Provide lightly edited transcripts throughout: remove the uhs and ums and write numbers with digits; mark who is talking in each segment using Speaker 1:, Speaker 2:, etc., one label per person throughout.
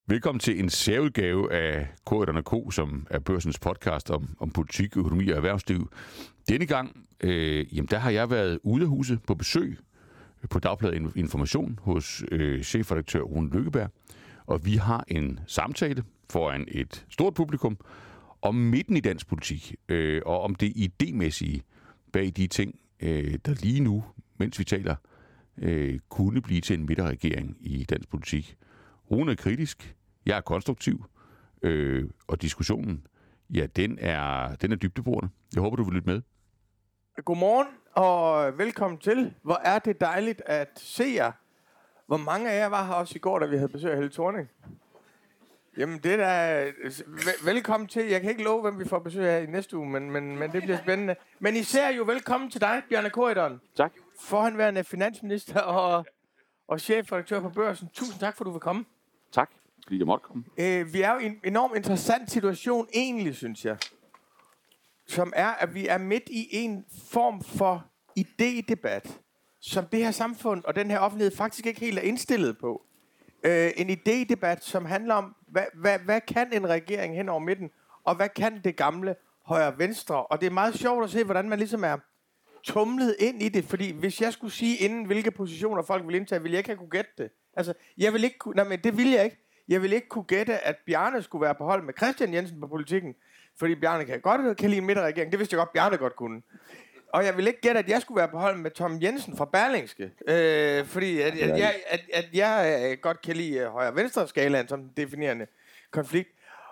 Speaker 1: Velkommen til en særudgave af K&K, som er børsens podcast om politik, økonomi og erhvervsliv. Denne gang, der har jeg været ude af huset på besøg på Dagbladet Information hos chefredaktør Rune Lykkeberg. Og vi har en samtale foran et stort publikum om midten i dansk politik, og om det idémæssige bag de ting, der lige nu, mens vi taler, kunne blive til en midterregering i dansk politik. Rune er kritisk, jeg er konstruktiv, og diskussionen, ja, den er dybdeborende. Jeg håber, du vil lytte med.
Speaker 2: Godmorgen og velkommen til. Hvor er det dejligt at se jer. Hvor mange af jer var her også i går, da vi havde besøg af Helle Thorning? Jamen, det er velkommen til. Jeg kan ikke love, hvem vi får besøg af i næste uge, men det bliver spændende. Men især jo velkommen til dig, Bjarne Corydon.
Speaker 3: Tak.
Speaker 2: Forhenværende finansminister og chefredaktør på Børsen. Tusind tak, for du vil komme.
Speaker 3: Tak, fordi jeg måtte komme.
Speaker 2: Vi er jo i en enormt interessant situation egentlig, synes jeg. Som er, at vi er midt i en form for idédebat, som det her samfund og den her offentlighed faktisk ikke helt er indstillet på. En idédebat, som handler om, hvad kan en regering hen over midten, og hvad kan det gamle højre-venstre? Og det er meget sjovt at se, hvordan man ligesom er tumlet ind i det, fordi hvis jeg skulle sige inden, hvilke positioner folk vil indtage, ville jeg ikke have kunne gætte det. Altså, jeg vil ikke kunne, men det vil jeg ikke. Jeg vil ikke kunne gætte, at Bjarne skulle være på hold med Christian Jensen på politikken, fordi Bjarne kan lide en midterregering. Det vidste jeg godt, Bjarne godt kunne. Og jeg vil ikke gætte, at jeg skulle være på hold med Tom Jensen fra Berlingske, fordi at jeg godt kan lide højre-venstre-skalaen som den definerende konflikt.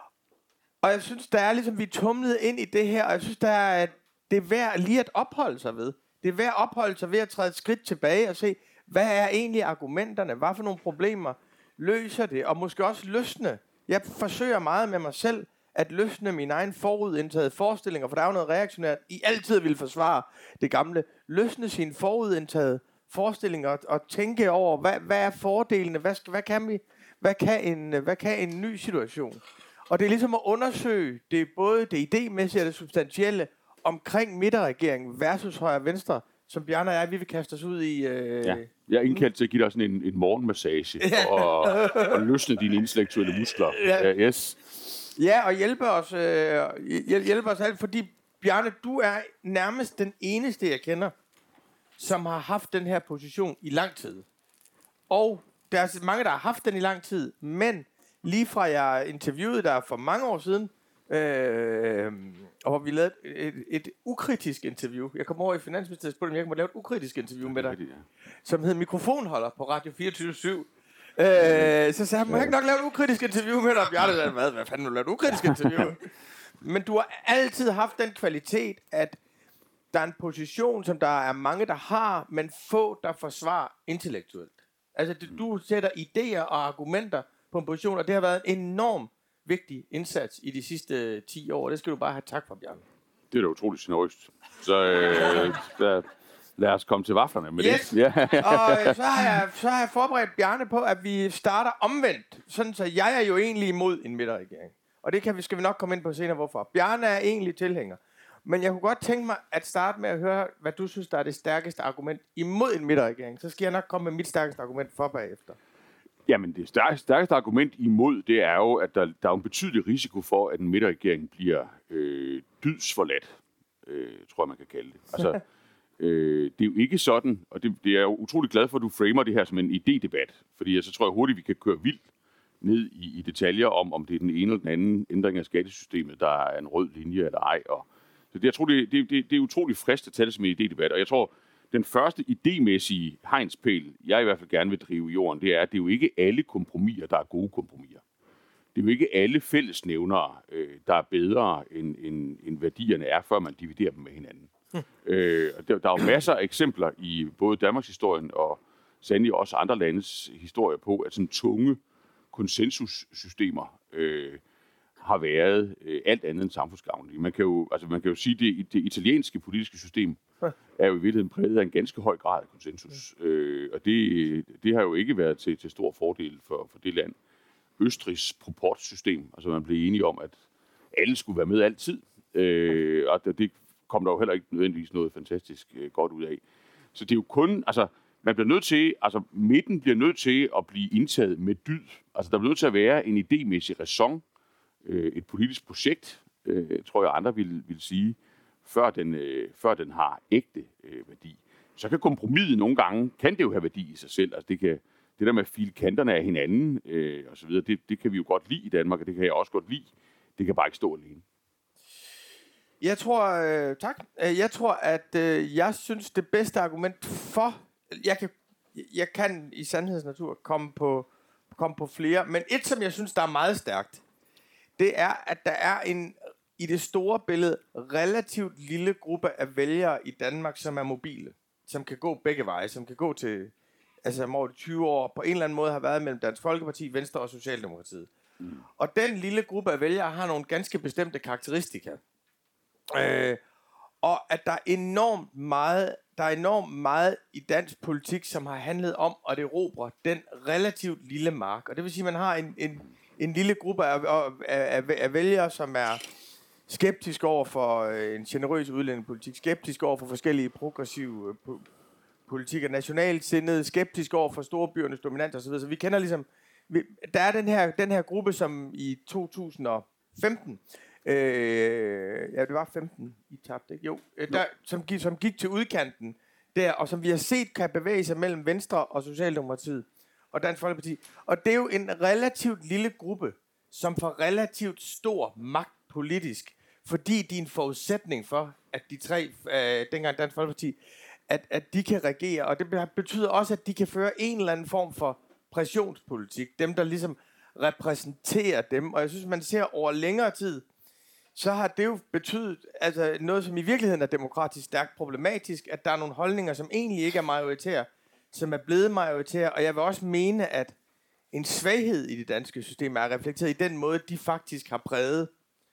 Speaker 2: Og jeg synes, der er ligesom, vi er tumlet ind i det her, og jeg synes, det er værd lige at opholde sig ved. Det er værd at opholde sig ved at træde et skridt tilbage og se, hvad er egentlig argumenterne? Hvad for nogle problemer løser det? Og måske også løsne. Jeg forsøger meget med mig selv at løsne mine egne forudindtagede forestillinger, for der er jo noget reaktionært i altid vil forsvare det gamle. Løsne sine forudindtagede forestillinger og tænke over, hvad er fordelene? Hvad kan en ny situation? Og det er ligesom at undersøge det, både det idémæssige og det substantielle omkring midterregeringen versus højre-venstre, som Bjarne og jeg, vi vil kaste os ud i.
Speaker 3: Ja. Jeg er indkaldt til at give dig sådan en morgenmassage for at løsne dine intellektuelle muskler.
Speaker 2: Ja.
Speaker 3: Yes.
Speaker 2: Ja, og hjælpe os alt, fordi Bjarne, du er nærmest den eneste, jeg kender, som har haft den her position i lang tid. Og der er mange, der har haft den i lang tid, men lige fra jeg interviewede dig for mange år siden, og hvor vi lavede et ukritisk interview. Jeg kom over i Finansministeriet og spurgte, om jeg måtte lave et ukritisk interview med dig, som hed Mikrofonholder på Radio 24/7. Så sagde jeg, må jeg ikke nok lave et ukritisk interview med dig? Jeg sagde, hvad fanden, du lavet et ukritisk interview? Men du har altid haft den kvalitet, at der er en position, som der er mange, der har, men få, der forsvarer intellektuelt. Altså, du sætter idéer og argumenter på en position, og det har været en enorm vigtig indsats i de sidste 10 år. Det skal du bare have tak for, Bjarne.
Speaker 3: Det er da utroligt generøst. Så lad os komme til vaflerne med det.
Speaker 2: Ja. Og så har jeg forberedt Bjarne på, at vi starter omvendt. Sådan så jeg er jo egentlig imod en midterregering. Og det skal vi nok komme ind på senere, hvorfor. Bjarne er egentlig tilhænger. Men jeg kunne godt tænke mig at starte med at høre, hvad du synes, der er det stærkeste argument imod en midterregering. Så skal jeg nok komme med mit stærkeste argument for bagefter.
Speaker 3: Jamen, det stærkeste argument imod, det er jo, at der er en betydelig risiko for, at en midterregering bliver dydsforladt, tror jeg, man kan kalde det. Altså, det er jo ikke sådan, og det er jeg jo utrolig glad for, at du framer det her som en idédebat, fordi så tror jeg hurtigt, vi kan køre vildt ned i detaljer om det er den ene eller den anden ændring af skattesystemet, der er en rød linje eller ej. Og så jeg tror, det er utrolig frisk at tage det som en idédebat, og jeg tror, den første idémæssige hegnspæl, jeg i hvert fald gerne vil drive i jorden, det er, at det er jo ikke alle kompromiser, der er gode kompromiser. Det er jo ikke alle fællesnævnere, der er bedre, end værdierne er, før man dividerer dem med hinanden. Der er jo masser af eksempler i både Danmarks historien og sandelig også andre landes historie på, at sådan tunge konsensussystemer har været alt andet end samfundsgavnlige. Man kan jo sige, at det italienske politiske system er jo i virkeligheden præget af en ganske høj grad af konsensus. Og det har jo ikke været til stor fordel for det land. Østrigs proportsystem, altså man blev enige om, at alle skulle være med altid, og det kom der jo heller ikke nødvendigvis noget fantastisk godt ud af. Så det er jo kun, altså man bliver nødt til, altså midten bliver nødt til at blive indtaget med dyd. Altså der bliver nødt til at være en idémæssig ræson, et politisk projekt, tror jeg andre vil sige, før den har ægte værdi. Så kan kompromiset nogle gange, kan det jo have værdi i sig selv. Altså det der med at file kanterne af hinanden og så videre, det kan vi jo godt lide i Danmark, og det kan jeg også godt lide. Det kan bare ikke stå alene.
Speaker 2: Jeg tror, tak. Jeg tror, at jeg synes, det bedste argument for... Jeg kan i sandhedens natur komme på flere, men et, som jeg synes, der er meget stærkt, det er, at der er i det store billede relativt lille gruppe af vælgere i Danmark, som er mobile, som kan gå begge veje, som kan gå til, altså over de 20 år, på en eller anden måde har været mellem Dansk Folkeparti, Venstre og Socialdemokratiet. Og den lille gruppe af vælgere har nogle ganske bestemte karakteristika. Og at der er enormt meget i dansk politik, som har handlet om at erobre den relativt lille mark. Og det vil sige, at man har en lille gruppe af vælgere, som er skeptisk over for en generøs udlændingepolitik, skeptisk over for forskellige progressive politikker, nationalt sindede, skeptisk over for storbyernes dominans osv. Så vi kender ligesom... Der er den her gruppe, som i 2015... det var 15, I tabte, ikke? Jo. Som gik til udkanten der, og som vi har set kan bevæge sig mellem Venstre og Socialdemokratiet og Dansk Folkeparti. Og det er jo en relativt lille gruppe, som får relativt stor magt politisk, fordi de er en forudsætning for, at de tre, dengang Dansk Folkeparti, at de kan regere, og det betyder også, at de kan føre en eller anden form for pressionspolitik, dem der ligesom repræsenterer dem, og jeg synes, man ser over længere tid, så har det jo betydet altså noget, som i virkeligheden er demokratisk stærkt problematisk, at der er nogle holdninger, som egentlig ikke er majoritære, som er blevet majoritære, og jeg vil også mene, at en svaghed i det danske system er reflekteret i den måde, de faktisk har præget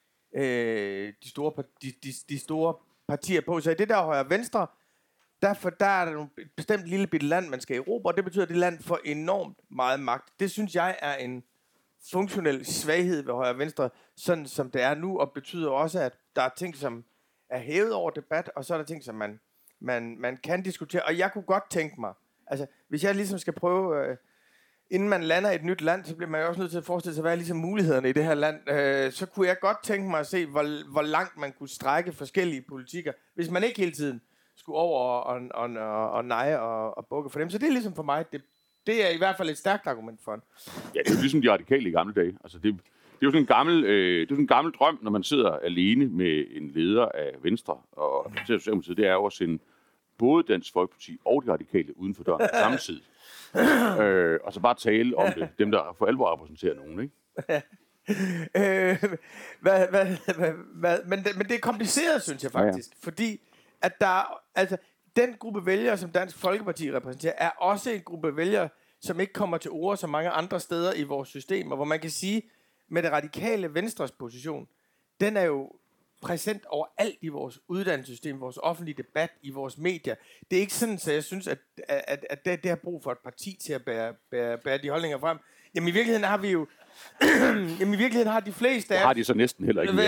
Speaker 2: de store partier på. Så i det der højre venstre, der er der et bestemt lille bitte land, man skal erobre, og det betyder, at det land får enormt meget magt. Det synes jeg er en funktionel svaghed ved højre og venstre, sådan som det er nu, og betyder også, at der er ting, som er hævet over debat, og så er der ting, som man kan diskutere. Og jeg kunne godt tænke mig, altså hvis jeg ligesom skal prøve, inden man lander i et nyt land, så bliver man jo også nødt til at forestille sig, hvad er ligesom mulighederne i det her land. Så kunne jeg godt tænke mig at se, hvor langt man kunne strække forskellige politikker, hvis man ikke hele tiden skulle over og neje og bukke for dem. Så det er ligesom for mig, det er i hvert fald et stærkt argument for den.
Speaker 3: Ja, det er jo ligesom de radikale i gamle dage. Altså det er jo sådan en gammel drøm, når man sidder alene med en leder af Venstre og Socialdemokratiet, det er jo at sende både Dansk Folkeparti og de radikale uden for døren samtidig. Og så bare tale om det, dem der for alvor repræsenterer nogen, ikke?
Speaker 2: Men det er kompliceret, synes jeg faktisk, fordi at der, altså den gruppe vælgere, som Dansk Folkeparti repræsenterer, er også en gruppe vælgere, som ikke kommer til ord så mange andre steder i vores system, og hvor man kan sige, med det radikale venstres position, den er jo præsent overalt i vores uddannelsessystem, vores offentlige debat, i vores medier. Det er ikke sådan, så jeg synes, at det har brug for et parti til at bære de holdninger frem. Jamen i virkeligheden har vi jo... Jamen i virkeligheden har de fleste...
Speaker 3: Det har de så næsten heller ikke.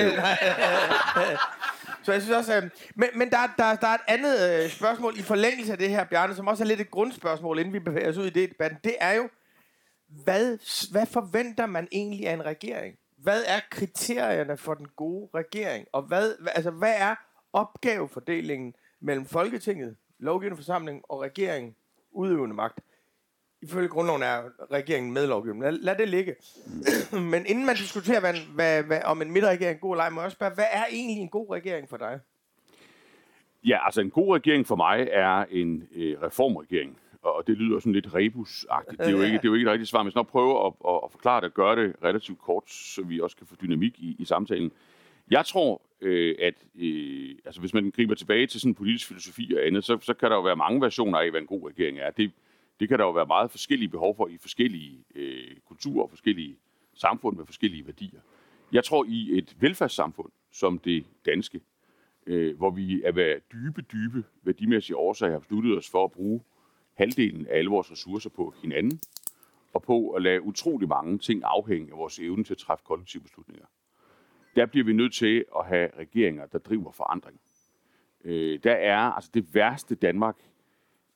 Speaker 2: Så jeg synes også... Men der er et andet spørgsmål i forlængelse af det her, Bjarne, som også er lidt et grundspørgsmål, inden vi bevæger os ud i det debatten. Det er jo, hvad forventer man egentlig af en regering? Hvad er kriterierne for den gode regering? Og hvad er opgavefordelingen mellem Folketinget, lovgivende forsamling og regeringen, udøvende magt? Ifølge grundloven er regeringen med lovgivning. Lad det ligge. Men inden man diskuterer, om en midterregering er god eller ej, må jeg også spørge, hvad er egentlig en god regering for dig?
Speaker 3: Ja, altså en god regering for mig er en reformregering. Og det lyder sådan lidt rebusagtigt. Det er jo ikke et rigtigt svar, men jeg skal nok prøve at forklare det og gøre det relativt kort, så vi også kan få dynamik i samtalen. Jeg tror, at hvis man griber tilbage til sådan en politisk filosofi og andet, så kan der jo være mange versioner af, hvad en god regering er. Det kan der jo være meget forskellige behov for i forskellige kulturer og forskellige samfund med forskellige værdier. Jeg tror, i et velfærdssamfund som det danske, hvor vi af dybe værdimæssige årsager har besluttet os for at bruge halvdelen af alle vores ressourcer på hinanden, og på at lade utrolig mange ting afhænge af vores evne til at træffe kollektive beslutninger. Der bliver vi nødt til at have regeringer, der driver forandring. Der er altså det værste Danmark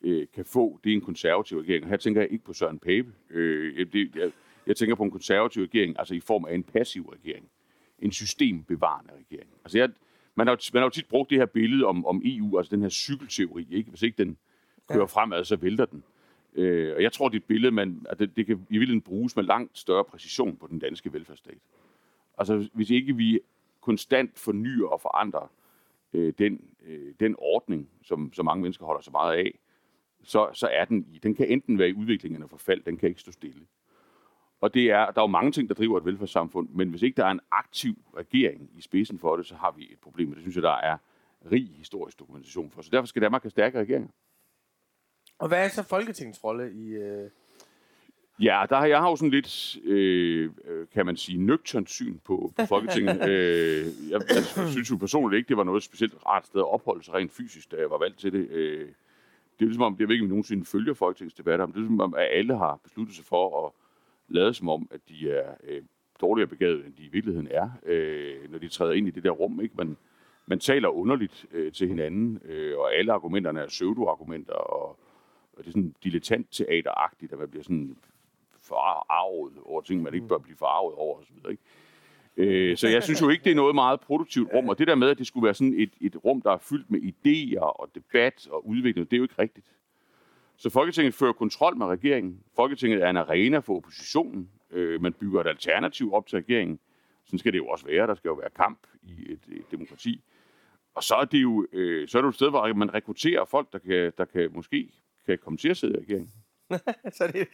Speaker 3: kan få, det er en konservativ regering. Og her tænker jeg ikke på Søren Pape. Jeg tænker på en konservativ regering, altså i form af en passiv regering. En systembevarende regering. Altså man har jo tit brugt det her billede om EU, altså den her cykelteori, ikke? Hvis ikke den kører fremad, så vælter den. Og jeg tror, det er et billede, at det kan i virkeligheden bruges med langt større præcision på den danske velfærdsstat. Altså hvis ikke vi konstant fornyer og forandrer den ordning, som mange mennesker holder så meget af, så er den kan enten være i udvikling eller forfald, den kan ikke stå stille. Og der er jo mange ting, der driver et velfærdssamfund, men hvis ikke der er en aktiv regering i spidsen for det, så har vi et problem, og det synes jeg, der er rig historisk dokumentation for. Så derfor skal Danmark have stærke regeringer.
Speaker 2: Og hvad er så Folketingets rolle i...
Speaker 3: Ja, jeg har jo sådan lidt, kan man sige, nøgternt syn på Folketinget. Jeg synes jo personligt ikke, det var noget specielt rart sted at opholde sig rent fysisk, da jeg var valgt til det. Det er ligesom om, jeg ved ikke, om vi nogensinde følger Folketingets debatter, men det er ligesom om, at alle har besluttet sig for at lade som om, at de er dårligere begavet, end de i virkeligheden er, når de træder ind i det der rum. Ikke? Man taler underligt til hinanden, og alle argumenterne er pseudo-argumenter, og det er sådan dilettant-teateragtigt, at man bliver sådan forarvet over ting, man ikke bør blive forarvet over, osv. Ikke? Så jeg synes jo ikke, det er noget meget produktivt rum, og det der med, at det skulle være sådan et rum, der er fyldt med idéer og debat og udvikling, det er jo ikke rigtigt. Så Folketinget fører kontrol med regeringen. Folketinget er en arena for oppositionen. Man bygger et alternativ op til regeringen. Sådan skal det jo også være. Der skal jo være kamp i et demokrati. Og så er det jo et sted, hvor man rekrutterer folk, der måske kan komme til at sidde i regeringen.
Speaker 2: Så det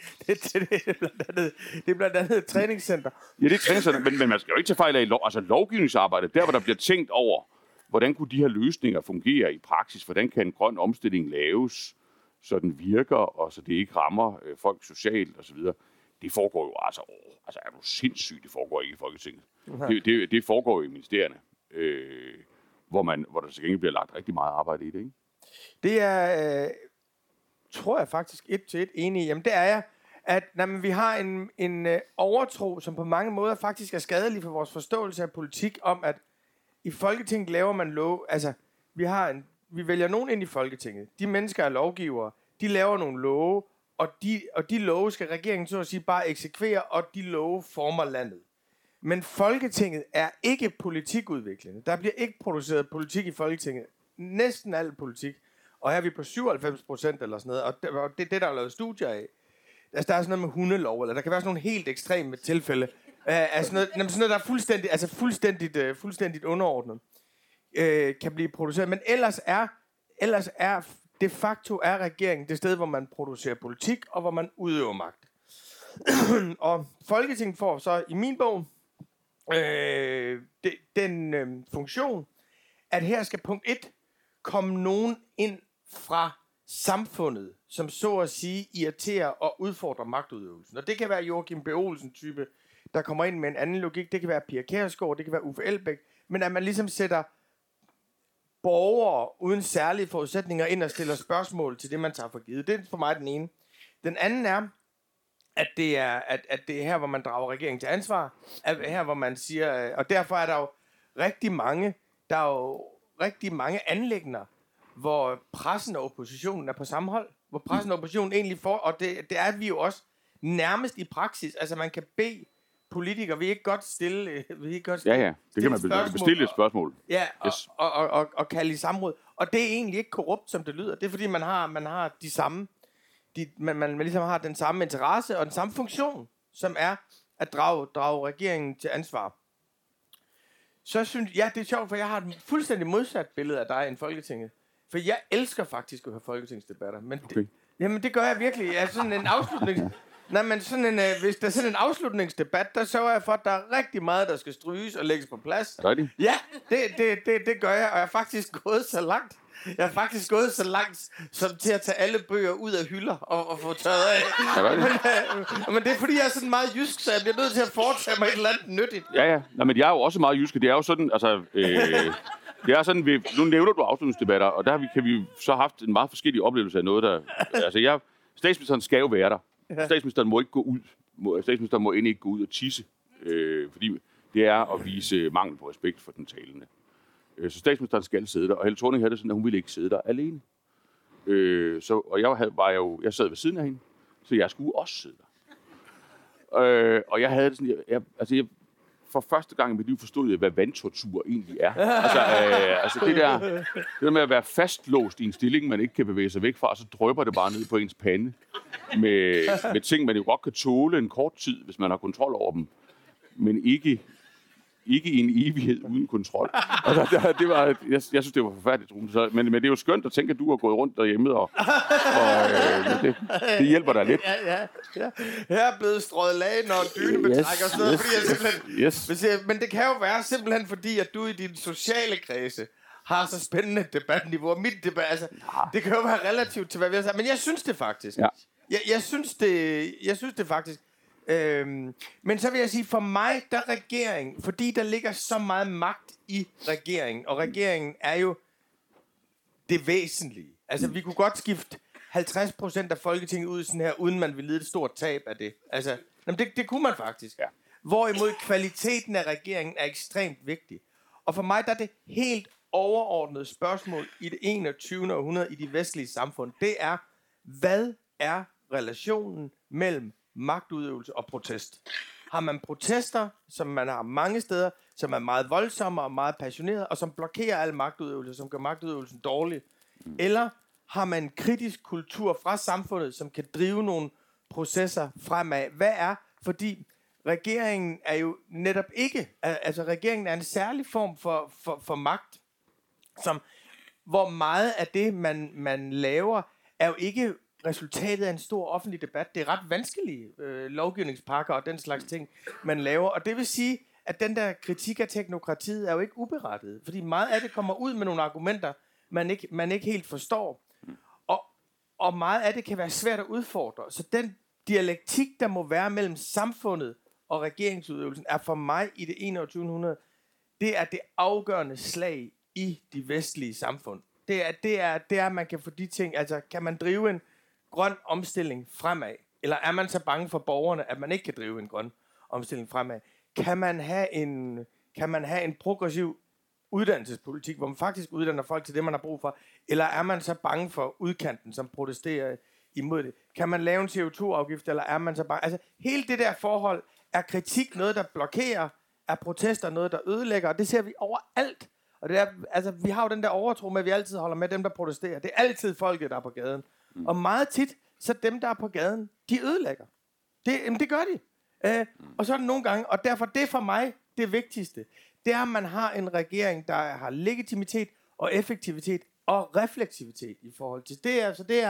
Speaker 2: er blandt andet et træningscenter.
Speaker 3: Ja, det er et træningscenter, men man skal jo ikke tage fejl af lovgivningsarbejdet. Der, hvor der bliver tænkt over, hvordan kunne de her løsninger fungere i praksis? Hvordan kan en grøn omstilling laves, så den virker, og så det ikke rammer folk socialt osv. Det foregår jo altså er du sindssygt, det foregår ikke i Folketinget. Det foregår jo i ministerierne, hvor der til gengæld bliver lagt rigtig meget arbejde i det, ikke?
Speaker 2: Det er, tror jeg faktisk 1-1 enig i. Jamen det er jeg, at vi har en overtro, som på mange måder faktisk er skadelig for vores forståelse af politik, om at i Folketinget laver man lov, altså vi vælger nogen ind i Folketinget. De mennesker er lovgivere. De laver nogle love, og de love skal regeringen så at sige bare eksekvere, og de love former landet. Men Folketinget er ikke politikudviklende. Der bliver ikke produceret politik i Folketinget. Næsten al politik. Og her er vi på 97% eller sådan noget. Og det der er lavet studier af. Altså der er sådan noget med hundelov, eller der kan være sådan nogle helt ekstreme tilfælde. Altså sådan noget, der er fuldstændigt underordnet. Kan blive produceret. Men ellers er de facto er regeringen det sted, hvor man producerer politik, og hvor man udøver magt. Og Folketinget får så i min bog den funktion, at her skal punkt 1 komme nogen ind fra samfundet, som så at sige irriterer og udfordrer magtudøvelsen. Og det kan være Joachim B. Olsen type, der kommer ind med en anden logik. Det kan være Pia Kjærsgaard, det kan være Uffe Elbæk. Men at man ligesom sætter borgere uden særlige forudsætninger ind og stiller spørgsmål til det, man tager for givet. Det er for mig den ene. Den anden er, at det er her, hvor man drager regeringen til ansvar. At her, hvor man siger, og derfor er der jo rigtig mange anliggender, hvor pressen og oppositionen er på samme hold. Hvor pressen og oppositionen egentlig får, og det er vi jo også nærmest i praksis. Altså man kan bede politikere, vi ikke godt stille
Speaker 3: ja, det kan man bestille et spørgsmål.
Speaker 2: Ja, yes. og kalde i samråd. Og det er egentlig ikke korrupt, som det lyder. Det er fordi, man har de samme, man ligesom har den samme interesse og den samme funktion, som er at drage regeringen til ansvar. Så synes det er sjovt, for jeg har et fuldstændig modsat billede af dig end Folketinget. For jeg elsker faktisk at høre folketingsdebatter. Men jamen det gør jeg virkelig. Jeg er sådan en afslutning. Nej, men hvis der er sådan en afslutningsdebat, der sørger jeg for, at der er rigtig meget, der skal stryges og lægges på plads.
Speaker 3: Gør de?
Speaker 2: Ja, det gør jeg, og jeg er faktisk gået så langt. Som til at tage alle bøger ud af hylder og få tørret af. Men det er fordi, jeg er sådan meget jysk, så jeg bliver nødt til at foretage mig et eller andet nyttigt.
Speaker 3: Ja. Nå, men jeg er jo også meget jysk. Det er jo sådan, altså... det er sådan, nu nævner du afslutningsdebatter, og der kan vi så haft en meget forskellig oplevelse af noget, der... Altså, statsministeren skal jo være der. Ja. Statsministeren må ikke gå ud. Statsministeren må endelig ikke gå ud og tisse, fordi det er at vise mangel på respekt for den talende. Så statsministeren skal sidde der, og Helle Thorning havde det sådan, at hun ville ikke sidde der alene. Og jeg sad ved siden af hende, så jeg skulle også sidde der. Og jeg havde det sådan, for første gang i mit liv forstod jeg, hvad vandtortur egentlig er. Det der med at være fastlåst i en stilling, man ikke kan bevæge sig væk fra, og så drypper det bare ned på ens pande med ting, man jo godt kan tåle en kort tid, hvis man har kontrol over dem, men ikke i en evighed uden kontrol. Jeg synes, det var forfærdeligt. Men det er jo skønt at tænke, at du har gået rundt derhjemme, og det hjælper dig lidt.
Speaker 2: Ja. Her er blevet strøget lag, når dynebetrækker og sådan noget, fordi jeg simpelthen... Men det kan jo være simpelthen, fordi at du i din sociale kredse har så spændende et debatniveau. Mit debat, det kan jo være relativt til, hvad vi har sagt. Men jeg synes det faktisk.
Speaker 3: Ja.
Speaker 2: Jeg synes det faktisk. Men så vil jeg sige, for mig, der regering, fordi der ligger så meget magt i regeringen, og regeringen er jo det væsentlige. Altså, vi kunne godt skifte 50% af Folketinget ud sådan her, uden man ville lide et stort tab af det. Altså, det kunne man faktisk.
Speaker 3: Ja.
Speaker 2: Hvorimod kvaliteten af regeringen er ekstremt vigtig. Og for mig, der er det helt overordnede spørgsmål i det 21. århundrede i de vestlige samfund, det er, hvad er relationen mellem magtudøvelse og protest? Har man protester, som man har mange steder, som er meget voldsomme og meget passionerede, og som blokerer al magtudøvelse, som gør magtudøvelsen dårlig? Eller har man en kritisk kultur fra samfundet, som kan drive nogle processer fremad? Hvad er? Fordi regeringen er jo netop ikke, altså regeringen er en særlig form for magt, hvor meget af det, man laver, er jo ikke resultatet af en stor offentlig debat. Det er ret vanskelige lovgivningspakker og den slags ting, man laver. Og det vil sige, at den der kritik af teknokratiet er jo ikke uberettiget. Fordi meget af det kommer ud med nogle argumenter, man ikke helt forstår. Og meget af det kan være svært at udfordre. Så den dialektik, der må være mellem samfundet og regeringsudøvelsen, er for mig i det 21. århundrede, det er det afgørende slag i de vestlige samfund. Det er, at man kan få de ting, altså kan man drive en grøn omstilling fremad, eller er man så bange for borgerne, at man ikke kan drive en grøn omstilling fremad? Kan man have en progressiv uddannelsespolitik, hvor man faktisk uddanner folk til det, man har brug for, eller er man så bange for udkanten, som protesterer imod det? Kan man lave en CO2-afgift, eller er man så bange? Altså, hele det der forhold, er kritik noget, der blokerer, er protester noget, der ødelægger, og det ser vi overalt. Og det er, altså, vi har jo den der overtro med, at vi altid holder med dem, der protesterer. Det er altid folket, der er på gaden. Og meget tit, så dem, der er på gaden, de ødelægger. Det gør de. Og så er det nogle gange, og derfor det for mig, det vigtigste, det er, at man har en regering, der har legitimitet og effektivitet og refleksivitet i forhold til det. Altså, det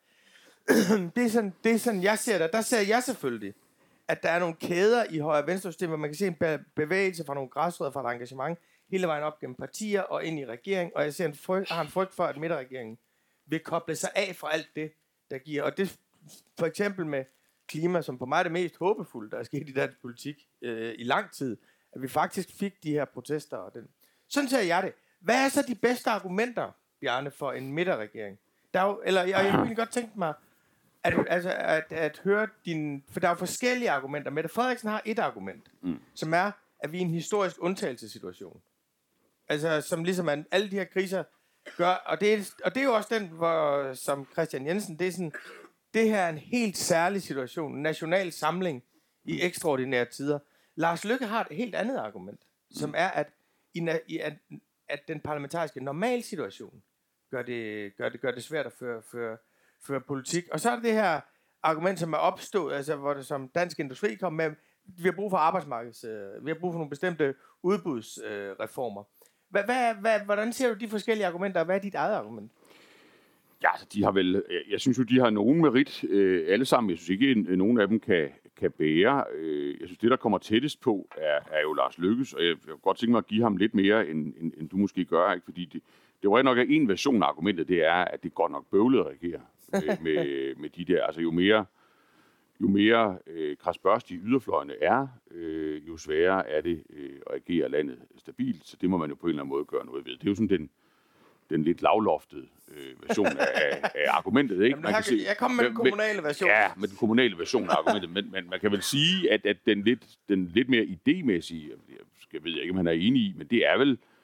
Speaker 2: er sådan, jeg ser det. Der ser jeg selvfølgelig, at der er nogle kæder i højre-venstre-systemet, hvor man kan se en bevægelse fra nogle græsrødder, fra et engagement, hele vejen op gennem partier og ind i regering, og jeg har en frygt for, at midterregeringen vil koble sig af fra alt det, der giver. Og det for eksempel med klima, som på mig er det mest håbefulde, der er sket i dansk politik i lang tid, at vi faktisk fik de her protester. Og den. Sådan ser jeg det. Hvad er så de bedste argumenter, Bjarne, for en midterregering? Jeg kunne godt tænke mig at høre for der er jo forskellige argumenter. Mette Frederiksen har et argument, som er, at vi er i en historisk undtagelsessituation. Altså, som ligesom alle de her kriser gør, og det er jo også den, som Christian Jensen, det her er en helt særlig situation, en national samling i ekstraordinære tider. Lars Løkke har et helt andet argument, som er, at den parlamentariske normalsituation gør det svært at føre politik. Og så er det her argument, som er opstået, altså hvor det som Dansk Industri kom med, vi har brug for vi har brug for nogle bestemte udbudsreformer. Hvordan ser du de forskellige argumenter, og hvad er dit eget argument?
Speaker 3: Ja, altså, de har vel, jeg synes jo, de har nogen merit alle sammen. Jeg synes ikke, nogen af dem kan bære. Jeg synes, det, der kommer tættest på, er jo Lars Løkkes, og jeg kunne godt tænke mig at give ham lidt mere, end du måske gør, ikke? Fordi det var nok en version af argumentet, det er, at det godt nok bøvlet at regere med de der. Altså, jo mere krasbørstige yderfløjene er, jo sværere er det at agere landet stabilt, så det må man jo på en eller anden måde gøre noget ved. Det er jo sådan den lidt lavloftede version af argumentet, ikke?
Speaker 2: Jamen, jeg kommer med den kommunale version.
Speaker 3: Ja, med den kommunale version af argumentet, men man kan vel sige, at den lidt mere idémæssige, jeg ved ikke, om han er enig i, men det er vel,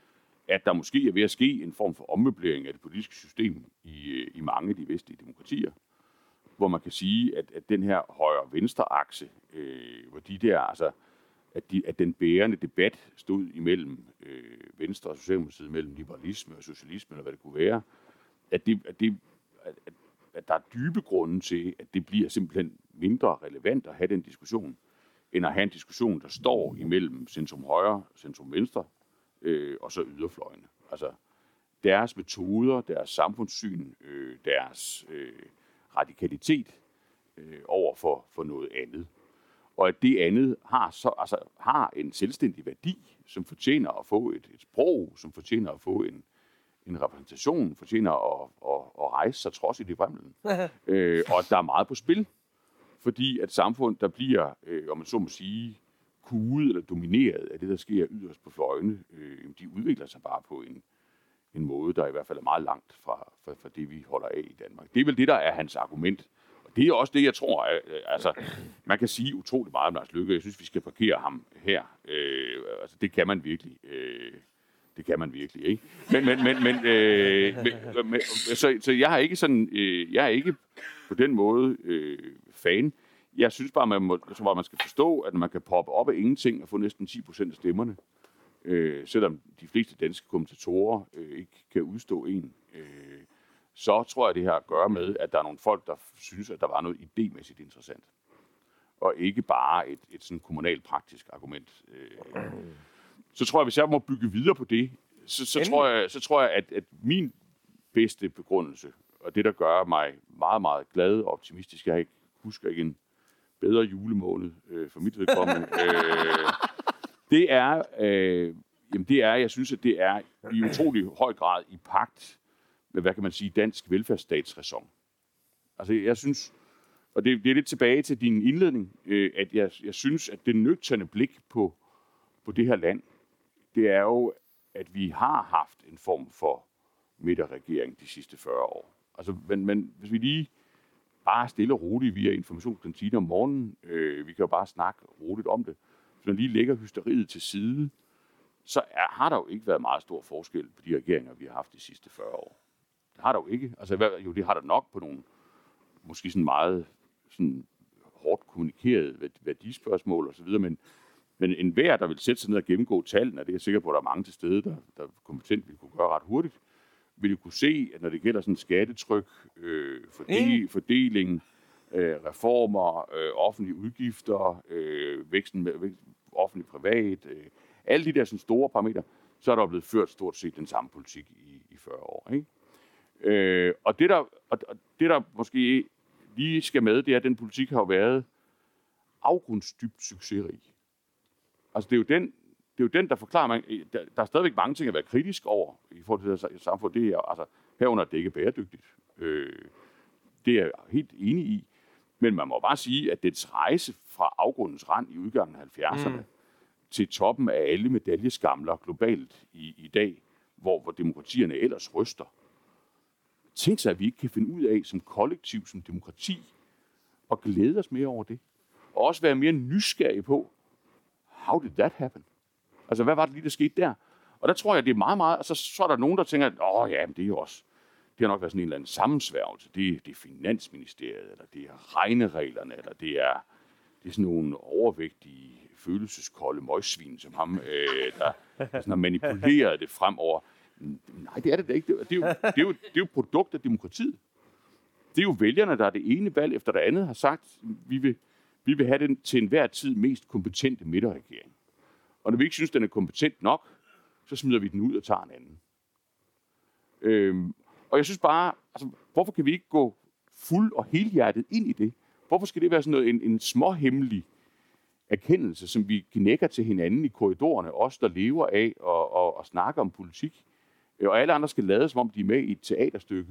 Speaker 3: at der måske er ved at ske en form for ommøblering af det politiske system i mange af de vestlige demokratier, hvor man kan sige, at den her højre-venstre-akse, hvor de der, altså, at den bærende debat stod imellem Venstre og Socialdemokratiet, mellem liberalisme og socialisme, eller hvad det kunne være, at der er dybe grunde til, at det bliver simpelthen mindre relevant at have den diskussion, end at have en diskussion, der står imellem centrum højre, centrum venstre, og så yderfløjene. Altså deres metoder, deres samfundssyn, deres radikalitet over for noget andet. Og at det andet har en selvstændig værdi, som fortjener at få et sprog, som fortjener at få en repræsentation, fortjener at rejse sig trods i det fremtiden. Og der er meget på spil, fordi at samfund, der bliver, om man så må sige, kuget eller domineret af det, der sker yderst på fløjene, de udvikler sig bare på en måde, der i hvert fald er meget langt fra det, vi holder af i Danmark. Det er vel det, der er hans argument. Og det er også det, jeg tror, altså, man kan sige utroligt meget om Lars Løkke. Jeg synes, vi skal parkere ham her. Altså, det kan man virkelig. Det kan man virkelig, ikke? Så jeg er ikke sådan, jeg er ikke på den måde fan. Jeg synes bare, man skal forstå, at man kan poppe op af ingenting og få næsten 10% af stemmerne, selvom de fleste danske kommentatorer ikke kan udstå en. Så tror jeg, det her at gøre med, at der er nogle folk, der synes, at der var noget idémæssigt interessant. Og ikke bare et sådan kommunalt praktisk argument. Så tror jeg, hvis jeg må bygge videre på det, så tror jeg, at min bedste begrundelse, og det, der gør mig meget, meget glad og optimistisk, jeg husker ikke en bedre julemåned for mit vedkommende, det er, jeg synes, at det er i utrolig høj grad i pagt med, hvad kan man sige, dansk velfærdsstatsræson. Altså, jeg synes, og det er lidt tilbage til din indledning, at jeg synes, at det nøgterne blik på det her land, det er jo, at vi har haft en form for midterregering de sidste 40 år. Altså, men hvis vi lige bare stille og roligt via informationskantine om morgenen, vi kan jo bare snakke roligt om det, hvis man lige lægger hysteriet til side, så har der jo ikke været meget stor forskel på de regeringer, vi har haft de sidste 40 år. Det har der jo ikke. Altså, jo, det har der nok på nogle måske sådan meget sådan hårdt kommunikerede værdispørgsmål og så videre, men enhver, der vil sætte sig ned og gennemgå tallene, og det er jeg sikker på, at der er mange til stede, der kompetent vil kunne gøre ret hurtigt, vil jo kunne se, at når det gælder sådan skattetryk, fordeling, reformer, offentlige udgifter, væksten med offentlig privat, alle de der sådan store parametre, så er der blevet ført stort set den samme politik i 40 år. Ikke? Og det der måske lige skal med, det er, at den politik har jo været afgrundsdybt succesrig. Altså, det er jo den, der forklarer, der er stadigvæk mange ting at være kritisk over i forhold til det samfund. Det er, altså, herunder, at det ikke er bæredygtigt. Det er jeg helt enig i. Men man må bare sige, at dets rejse fra afgrundens rand i udgangen af 70'erne til toppen af alle medaljeskamler globalt i dag, hvor demokratierne ellers ryster. Tænk sig, at vi ikke kan finde ud af som kollektiv, som demokrati, og glæde os mere over det. Og også være mere nysgerrige på, how did that happen? Altså, hvad var det lige, der skete der? Og der tror jeg, det er meget, meget... Altså, så er der nogen, der tænker, men det er jo også... Det har nok været sådan en eller anden sammensværgelse. Det er Finansministeriet, eller det er regnereglerne, eller det er sådan nogle overvægtige, følelseskolde møgsvin, som ham, der sådan har manipuleret det fremover. Nej, det er det da ikke. Det er jo et produkt af demokratiet. Det er jo vælgerne, der er det ene valg efter det andet, har sagt, vi vil have den til enhver tid mest kompetente midterregering. Og når vi ikke synes, den er kompetent nok, så smider vi den ud og tager en anden. Og jeg synes bare, altså, hvorfor kan vi ikke gå fuld og helhjertet ind i det? Hvorfor skal det være sådan noget, en småhemmelig erkendelse, som vi knækker til hinanden i korridorerne, os der lever af og snakker om politik, og alle andre skal lade, som om de er med i et teaterstykke,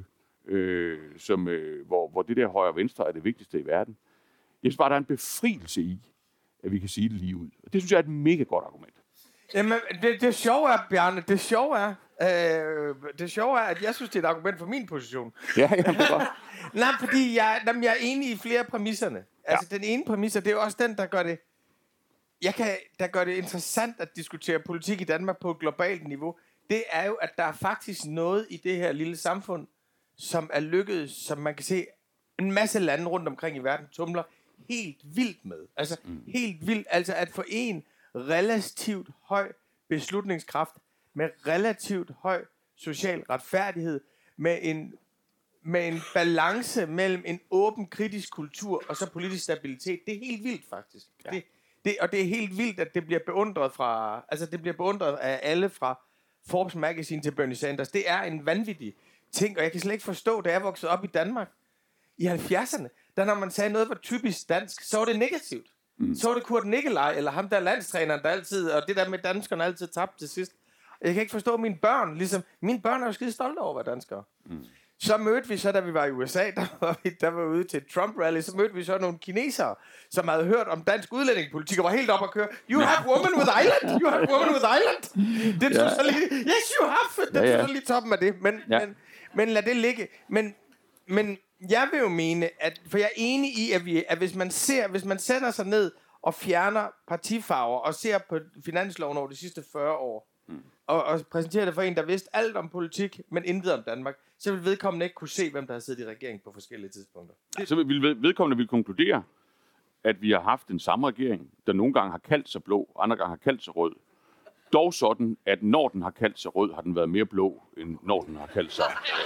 Speaker 3: hvor det der højre og venstre er det vigtigste i verden. Jeg synes bare, der er en befrielse i, at vi kan sige det lige ud. Og det synes jeg er et mega godt argument.
Speaker 2: Jamen, det sjove er, Bjarne, det sjove er, at jeg synes, det er et argument for min position.
Speaker 3: Ja, det er godt.
Speaker 2: Nej, fordi jeg er enig i flere præmisserne. Altså, den ene præmis, det er også den, der gør det interessant at diskutere politik i Danmark på et globalt niveau. det er jo, at der er faktisk noget i det her lille samfund, som er lykkedes, som man kan se en masse lande rundt omkring i verden tumler helt vildt med. Altså helt vildt. Altså at få en relativt høj beslutningskraft med relativt høj social retfærdighed, med en balance mellem en åben kritisk kultur og så politisk stabilitet. Det er helt vildt faktisk. Ja. Og det er helt vildt, at det bliver beundret af alle fra Forbes Magazine til Bernie Sanders. Det er en vanvittig ting, og jeg kan slet ikke forstå, da jeg voksede op i Danmark i 70'erne, da når man sagde noget var typisk dansk, så var det negativt. Så var det Kurt Nikolaj, eller ham der landstræneren, der altid, og det der med danskerne altid tabte til sidst. Jeg kan ikke forstå mine børn er jo skide stolte over at være danskere. Så mødte vi så, da vi var i USA, der var ude til Trump-rally, så mødte vi så nogle kinesere, som havde hørt om dansk udlændingepolitik, og var helt op at køre, you have woman with Island! You have woman with Island! Det tog så lige, yes you have! Det tog så lige toppen af det, men lad det ligge. Men jeg vil jo mene, for jeg er enig i, at hvis man sætter sig ned og fjerner partifarver, og ser på finansloven over de sidste 40 år, og præsenterer det for en, der vidste alt om politik, men intet om Danmark, så vil vedkommende ikke kunne se, hvem der har siddet i regeringen på forskellige tidspunkter.
Speaker 3: Så vil vedkommende konkludere, at vi har haft en samme regering, der nogle gange har kaldt sig blå, andre gange har kaldt sig rød. Dog sådan, at når den har kaldt sig rød, har den været mere blå, end når den har kaldt sig...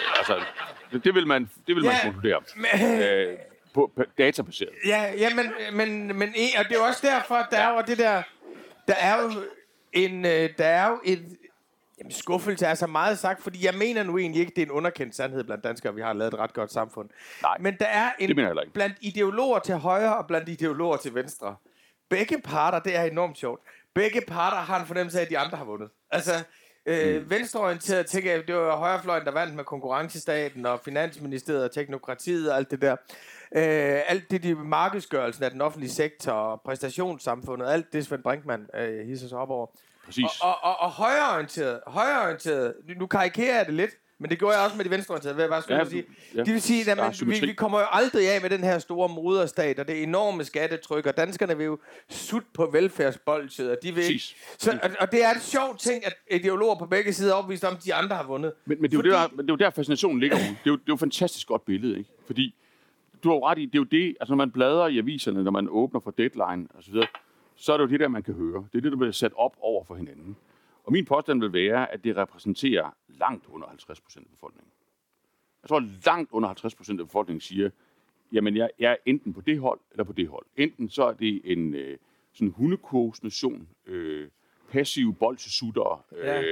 Speaker 3: det vil man konkludere. På databaseret.
Speaker 2: Men og det er jo også derfor, at der er jo det der... Der er jo en skuffelse er så meget sagt, fordi jeg mener nu egentlig ikke, det er en underkendt sandhed blandt danskere, vi har lavet et ret godt samfund.
Speaker 3: Nej,
Speaker 2: men der er blandt ideologer til højre og blandt ideologer til venstre. Begge parter, det er enormt sjovt. Begge parter har en fornemmelse af, at de andre har vundet. Altså, venstreorienteret tænker jeg, det var højrefløjen, der vandt med konkurrencestaten og finansministeriet og teknokratiet og alt det der. Alt det, de markedsgørelsen af den offentlige sektor og præstationssamfundet, alt det Svend Brinkmann hisser sig op over.
Speaker 3: Præcis.
Speaker 2: Og højreorienteret, nu karikerer jeg det lidt, men det gjorde jeg også med de venstreorienterede, vil jeg bare skulle sige. Ja. Det vil sige, at vi kommer jo aldrig af med den her store moderstat, og det enorme skattetryk, og danskerne vil jo sutte på velfærdsbolsjet, og de vil ikke. Og det er et sjovt ting, at ideologer på begge sider er overbevist om, at de andre har vundet.
Speaker 3: Men det er jo der fascinationen ligger. Det er jo et fantastisk godt billede, ikke? Fordi du har jo ret i, det er jo det, altså når man bladrer i aviserne, når man åbner for Deadline og så videre, så er det jo det der, man kan høre. Det er det, der bliver sat op over for hinanden. Og min påstand vil være, at det repræsenterer langt under 50% af befolkningen. Jeg tror, langt under 50% af befolkningen siger, jamen jeg er enten på det hold, eller på det hold. Enten så er det en sådan hundekogsnation, passive bolsjesuttere,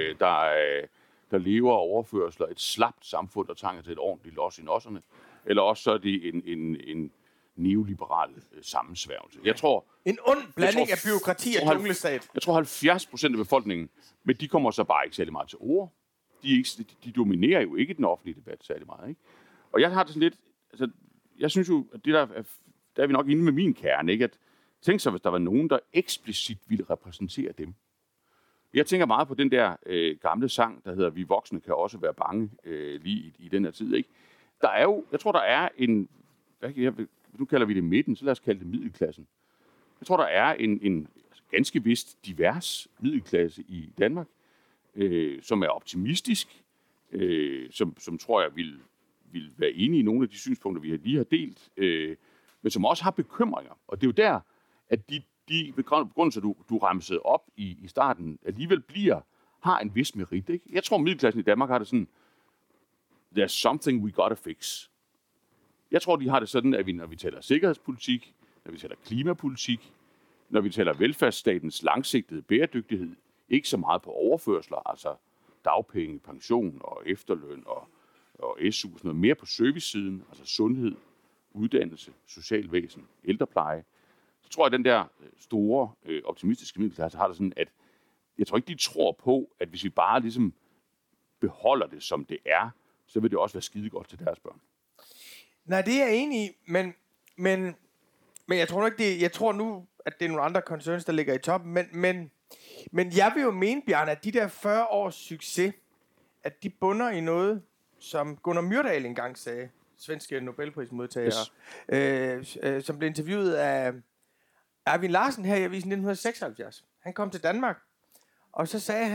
Speaker 3: der lever af overførsler, et slapt samfund, der trænger til et ordentligt los i nosserne, eller også så er det en neoliberal sammensværgelse. Jeg tror,
Speaker 2: en ond blanding af byråkrati og junglestat.
Speaker 3: Jeg tror 70% af befolkningen, men de kommer så bare ikke særlig meget til ord. De dominerer jo ikke den offentlige debat særlig meget, ikke? Og jeg har det sådan lidt, altså, jeg synes jo, at det der er vi nok inde med min kerne, ikke? At tænk så, hvis der var nogen, der eksplicit ville repræsentere dem. Jeg tænker meget på den der gamle sang, der hedder "Vi voksne kan også være bange" lige i den her tid, ikke? Der er jo, jeg tror, der er en, nu kalder vi det midten, så lad os kalde det middelklassen. Jeg tror, der er en ganske vist divers middelklasse i Danmark, som er optimistisk, som tror jeg vil være enige i nogle af de synspunkter, vi lige har delt, men som også har bekymringer. Og det er jo der, at de begrundelser, du remsede op i starten, alligevel har en vis merit, ikke? Jeg tror, middelklassen i Danmark har det sådan, there's something we gotta fix. Jeg tror, de har det sådan, at når vi taler sikkerhedspolitik, når vi taler klimapolitik, når vi taler velfærdsstatens langsigtede bæredygtighed, ikke så meget på overførsler, altså dagpenge, pension og efterløn og SU, sådan noget mere på servicesiden, altså sundhed, uddannelse, socialvæsen, ældrepleje. Så tror jeg, at den der store optimistiske middelklasse har det sådan, at jeg tror ikke, de tror på, at hvis vi bare ligesom beholder det, som det er, så vil det også være skide godt til deres børn.
Speaker 2: Nej, det er jeg enig i, men jeg tror ikke det. Jeg tror nu, at det er nogle andre concerns, der ligger i toppen, men jeg vil jo mene, Bjarne, at de der 40 års succes, at de bunder i noget, som Gunnar Myrdal engang sagde, svenske Nobelprismodtager, yes. Som blev interviewet af Erwin Larsen her i avisen 1976. Han kom til Danmark, og så sagde han,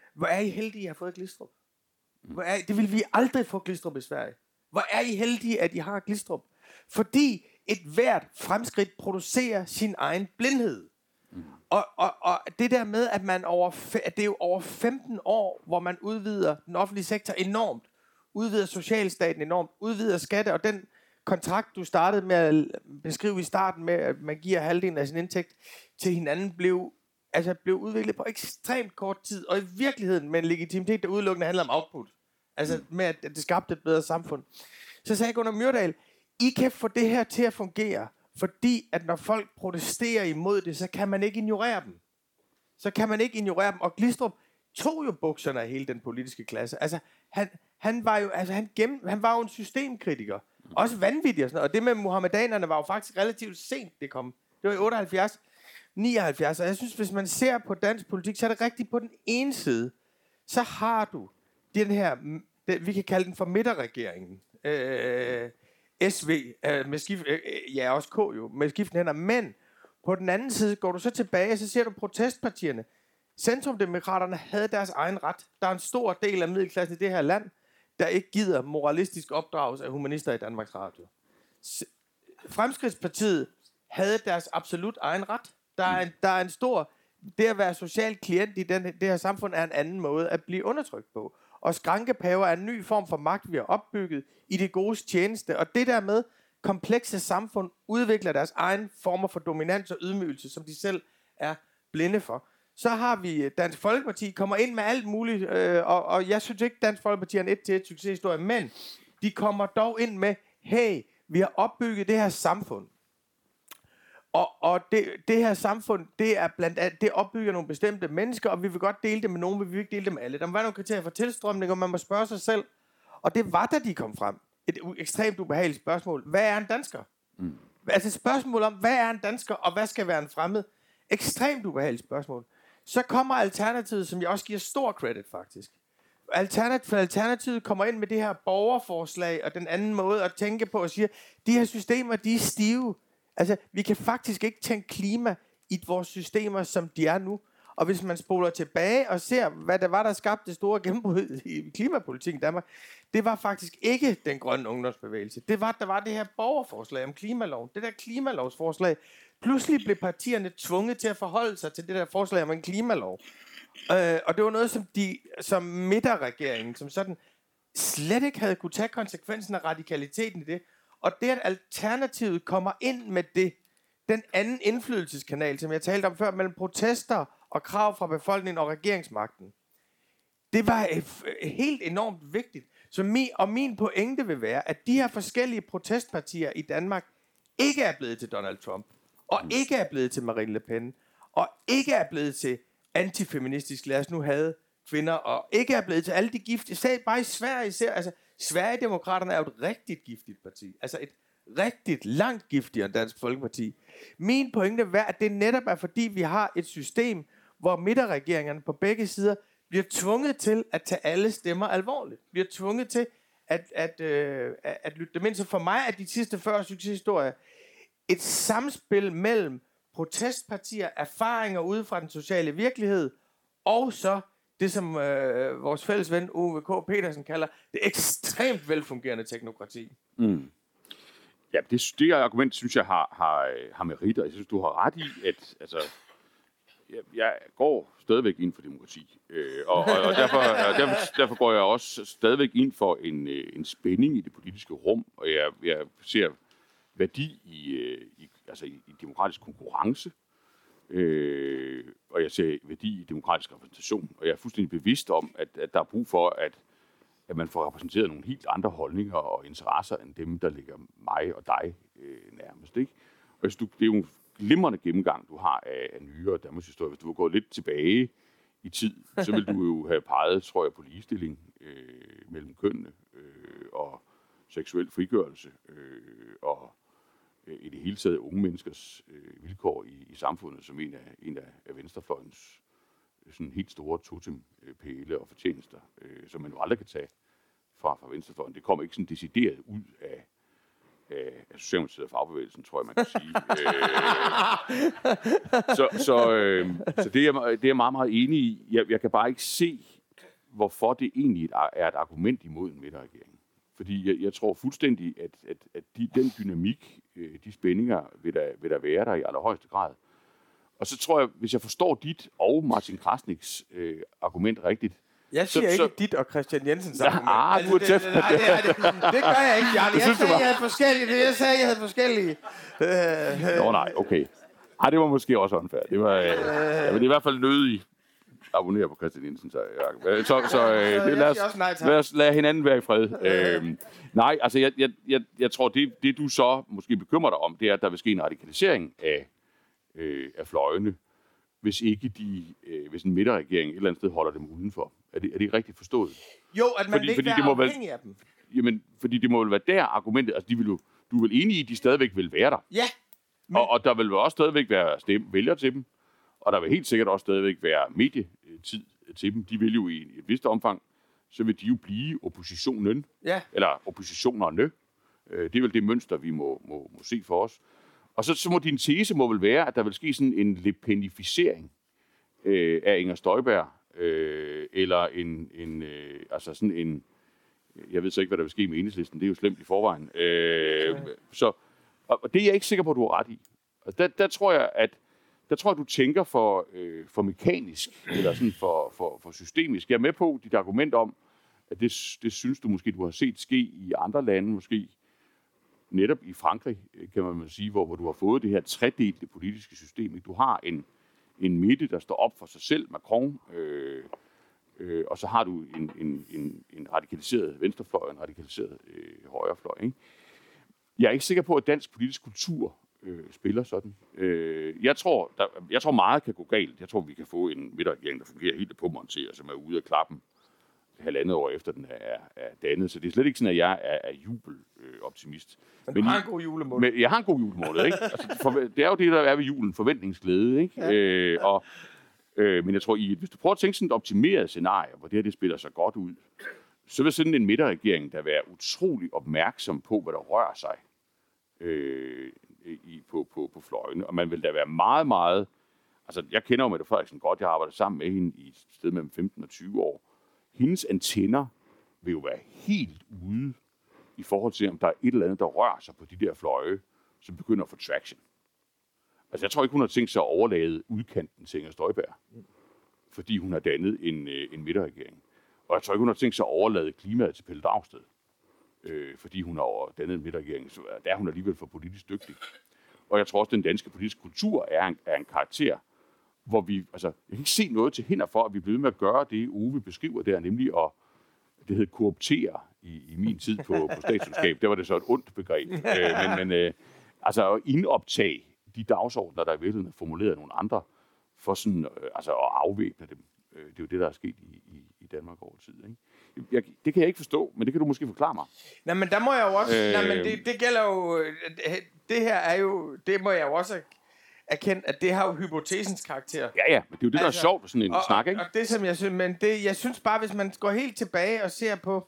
Speaker 2: Hvor er I heldige, at I har fået Glistrup? Det vil vi aldrig få Glistrup i Sverige. Hvor er I heldige, at I har Glistrup? Fordi et hvert fremskridt producerer sin egen blindhed. Og det der med, at at det er jo over 15 år, hvor man udvider den offentlige sektor enormt, udvider socialstaten enormt, udvider skatte, og den kontrakt, du startede med at beskrive i starten med, at man giver halvdelen af sin indtægt til hinanden, blev udviklet på ekstremt kort tid, og i virkeligheden med en legitimitet, der udelukkende handler om output. Altså med, at det skabte et bedre samfund. Så sagde Gunnar Myrdal, I kan få det her til at fungere, fordi at når folk protesterer imod det, så kan man ikke ignorere dem. Og Glistrup tog jo bukserne af hele den politiske klasse. Altså, han var jo en systemkritiker. Også vanvittig og sådan noget. Og det med muhammedanerne var jo faktisk relativt sent, det kom. Det var i 79. Og jeg synes, hvis man ser på dansk politik, så er det rigtigt på den ene side. Så har du den her, vi kan kalde den for midterregeringen. SV, også K jo, med skiftende hænder. Men på den anden side går du så tilbage, og så ser du protestpartierne. Centrumdemokraterne havde deres egen ret. Der er en stor del af middelklassen i det her land, der ikke gider moralistisk opdragelse af humanister i Danmarks Radio. Fremskridtspartiet havde deres absolut egen ret. Der er en stor... Det at være social klient i det her samfund er en anden måde at blive undertrykt på. Og skrankepaver er en ny form for magt, vi har opbygget i det godes tjeneste. Og det der med komplekse samfund udvikler deres egen former for dominans og ydmygelse, som de selv er blinde for. Så har vi Dansk Folkeparti, kommer ind med alt muligt, og jeg synes ikke, Dansk Folkeparti er en 1-1 succeshistorie, men de kommer dog ind med, hey, vi har opbygget det her samfund. Og det her samfund, det er blandt andet, det opbygger nogle bestemte mennesker, og vi vil godt dele det med nogen, men vi vil ikke dele det med alle. Der må være nogle kriterier for tilstrømning, og man må spørge sig selv. Og det var, da de kom frem. Et ekstremt ubehageligt spørgsmål. Hvad er en dansker? Altså et spørgsmål om, hvad er en dansker, og hvad skal være en fremmed? Ekstremt ubehageligt spørgsmål. Så kommer Alternativet, som jeg også giver stor credit faktisk. Alternativet kommer ind med det her borgerforslag, og den anden måde at tænke på, og siger, de her systemer, de er stive. Altså, vi kan faktisk ikke tænke klima i vores systemer, som de er nu. Og hvis man spoler tilbage og ser, hvad der var, der skabte det store gennembrud i klimapolitikken i Danmark, det var faktisk ikke den grønne ungdomsbevægelse. Der var det her borgerforslag om klimaloven. Det der klimalovsforslag. Pludselig blev partierne tvunget til at forholde sig til det der forslag om en klimalov. Og det var noget, som midterregeringen, som sådan slet ikke havde kunne tage konsekvensen af radikaliteten i det. Og det, at Alternativet kommer ind med det, den anden indflydelseskanal, som jeg talte om før, mellem protester og krav fra befolkningen og regeringsmagten, det var helt enormt vigtigt. Så min pointe vil være, at de her forskellige protestpartier i Danmark ikke er blevet til Donald Trump, og ikke er blevet til Marine Le Pen, og ikke er blevet til antifeministisk, lad os nu have kvinder, og ikke er blevet til alle de giftige. Bare i Sverige ser, altså Sverigedemokraterne er jo et rigtigt giftigt parti. Altså et rigtigt langt giftigere end Dansk Folkeparti. Min pointe er, at det netop er, fordi vi har et system, hvor midterregeringerne på begge sider bliver tvunget til at tage alle stemmer alvorligt. Bliver tvunget til at lytte dem ind. Så for mig er de sidste 40 succeshistorier et samspil mellem protestpartier, erfaringer ude fra den sociale virkelighed, og så det, som vores fælles ven Ove K. Petersen kalder det ekstremt velfungerende teknokrati.
Speaker 3: Ja, det argument, synes jeg, har meritter. Jeg synes, du har ret i, at altså, jeg går stadigvæk ind for demokrati. Og derfor går jeg også stadigvæk ind for en spænding i det politiske rum, og jeg ser værdi i demokratisk konkurrence, og jeg ser værdi i demokratisk repræsentation, og jeg er fuldstændig bevidst om, at der er brug for, at man får repræsenteret nogle helt andre holdninger og interesser, end dem, der ligger mig og dig nærmest. Ikke? Og det er jo en glimrende gennemgang, du har af nyere Danmarks historie. Hvis du var gået lidt tilbage i tid, så ville du jo have peget, tror jeg, på ligestilling mellem kønnene og seksuel frigørelse og i det hele taget unge menneskers vilkår i samfundet som en af venstrefløjens sådan helt store totempæle og fortjenester, som man jo aldrig kan tage fra venstrefløjen. Det kommer ikke sådan decideret ud af Socialdemokratiet og fagbevægelsen, tror jeg, man kan sige. Så det er jeg meget, meget enig i. Jeg kan bare ikke se hvorfor det egentlig er et argument imod en midterregering. Fordi jeg tror fuldstændig, at den dynamik, de spændinger, vil der være der i allerhøjeste grad. Og så tror jeg, hvis jeg forstår dit og Martin Krasniks argument rigtigt.
Speaker 2: Jeg siger ikke dit og Christian Jensens argument.
Speaker 3: Det
Speaker 2: gør jeg ikke, Jarl. Jeg sagde, jeg havde forskellige.
Speaker 3: Nej, okay. Det var måske også unfair. Det var, jeg vil i hvert fald nødig abonnere på Christian Jensen. Lad os lade hinanden være i fred. Nej, altså jeg tror, det du så måske bekymrer dig om, det er, at der vil ske en radikalisering af fløjene, hvis en midterregering et eller andet sted holder dem udenfor. Er det ikke rigtigt forstået?
Speaker 2: Jo, at man ikke være afhængig af dem.
Speaker 3: Jamen, fordi det må vel være der argumentet, altså du er vel enig i, at de stadigvæk vil være der?
Speaker 2: Ja. Men...
Speaker 3: Og der vil også stadigvæk være vælger til dem, og der vil helt sikkert også stadigvæk være medietid til dem. De vil jo i et vist omfang, så vil de jo blive oppositionen, eller oppositionerne. Det er vel det mønster, vi må se for os. Og så må din tese vel være, at der vil ske sådan en lepenificering af Inger Støjberg, eller altså sådan en, jeg ved så ikke, hvad der vil ske med Enhedslisten, det er jo slemt i forvejen. Og det er jeg ikke sikker på, at du har ret i. Og der tror jeg, at du tænker for mekanisk, eller sådan for systemisk. Jeg er med på dit argument om, at det synes du måske, du har set ske i andre lande, måske netop i Frankrig, kan man sige, hvor du har fået det her tredelte politiske system. Du har en midte, der står op for sig selv, Macron, og så har du en radikaliseret venstrefløj og en radikaliseret højrefløj. Ikke? Jeg er ikke sikker på, at dansk politisk kultur spiller sådan. Jeg tror meget kan gå galt. Jeg tror, vi kan få en midterregering, der fungerer helt på monteret, som er ude af klappen halvandet år efter den er dannet. Så det er slet ikke sådan, at jeg er jubeloptimist.
Speaker 2: Men du har en god julemåned.
Speaker 3: Jeg har en god julemåned, ikke? Altså, det er jo det, der er ved julen, forventningsglæde, ikke? Ja. Men jeg tror, hvis du prøver at tænke sådan et optimeret scenarie, hvor det spiller sig godt ud, så vil sådan en midterregering der være utrolig opmærksom på, hvad der rører sig på fløjene. Og man vil da være meget, meget... Altså, jeg kender jo Mette Frederiksen godt. Jeg har arbejdet sammen med hende i et sted mellem 15 og 20 år. Hendes antenner vil jo være helt ude i forhold til, om der er et eller andet, der rører sig på de der fløje, som begynder at få traction. Altså, jeg tror ikke, hun har tænkt sig at overlade udkanten til Inger Støjberg, fordi hun har dannet en midterregering. Og jeg tror ikke, hun har tænkt sig at overlade klimaet til Pelle Dragsted, fordi hun har dannet en midterregering. Så der er hun alligevel for politisk dygtig. Og jeg tror også, at den danske politiske kultur er en karakter, hvor vi, altså, jeg kan ikke se noget til hinder for, at vi bliver ved med at gøre det, Ove beskriver der, nemlig at, det hedder korruptere i min tid på statskundskab. Der var det så et ondt begreb. Men altså at indoptage de dagsordner, der i virkeligheden er formuleret af nogle andre, for sådan, altså at afvæbne dem. Det er jo det, der er sket i Danmark over tid. Ikke? Det kan jeg ikke forstå, men det kan du måske forklare mig.
Speaker 2: Nej, men der må jeg jo også... det gælder jo... Det her er jo... Det må jeg jo også erkende, at det har jo hypotesens karakter.
Speaker 3: Ja, men det er jo det, der er sjovt ved sådan en snak, ikke?
Speaker 2: Og det, som jeg synes... Men jeg synes bare, hvis man går helt tilbage og ser på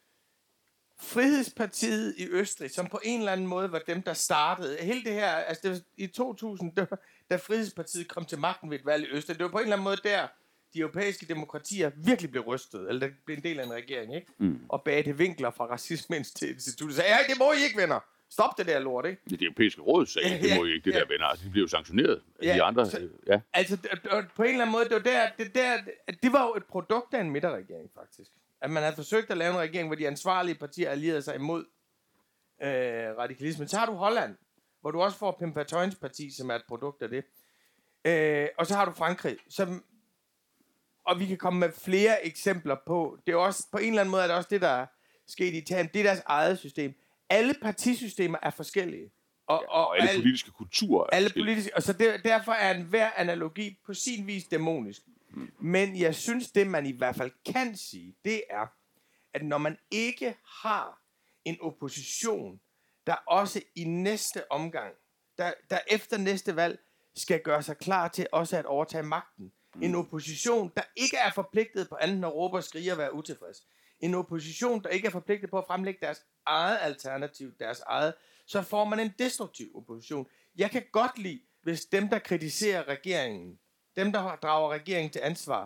Speaker 2: Frihedspartiet i Østrig, som på en eller anden måde var dem, der startede. Hele det her... Altså, det var i 2000, da Frihedspartiet kom til magten ved et valg i Østrig. Det var på en eller anden måde der... de europæiske demokratier virkelig blev rystet, eller det blev en del af en regering, ikke? Og Beate Winkler fra Racismeinstituttet sagde, det må I ikke, venner. Stop det der lort, ikke?
Speaker 3: Det europæiske råd sagde, det må I ikke, det der, venner. Altså, de blev jo sanktioneret af de andre.
Speaker 2: Altså, på en eller anden måde, det var jo et produkt af en midterregering, faktisk. At man havde forsøgt at lave en regering, hvor de ansvarlige partier allierede sig imod radikalismen. Så har du Holland, hvor du også får Pim Fortuyn's parti, som er et produkt af det. Og så har du Frankrig, som... Og vi kan komme med flere eksempler på. Det er også, på en eller anden måde er det også det, der er sket i Italien. Det er deres eget system. Alle partisystemer er forskellige.
Speaker 3: Og alle politiske kulturer er forskellige.
Speaker 2: Og så derfor er enhver analogi på sin vis dæmonisk. Men jeg synes, det man i hvert fald kan sige, det er, at når man ikke har en opposition, der også i næste omgang, der efter næste valg, skal gøre sig klar til også at overtage magten. En opposition, der ikke er forpligtet på andet end at råbe og skrige og være utilfreds. En opposition, der ikke er forpligtet på at fremlægge deres eget alternativ, deres eget, så får man en destruktiv opposition. Jeg kan godt lide, hvis dem, der kritiserer regeringen, dem, der drager regeringen til ansvar,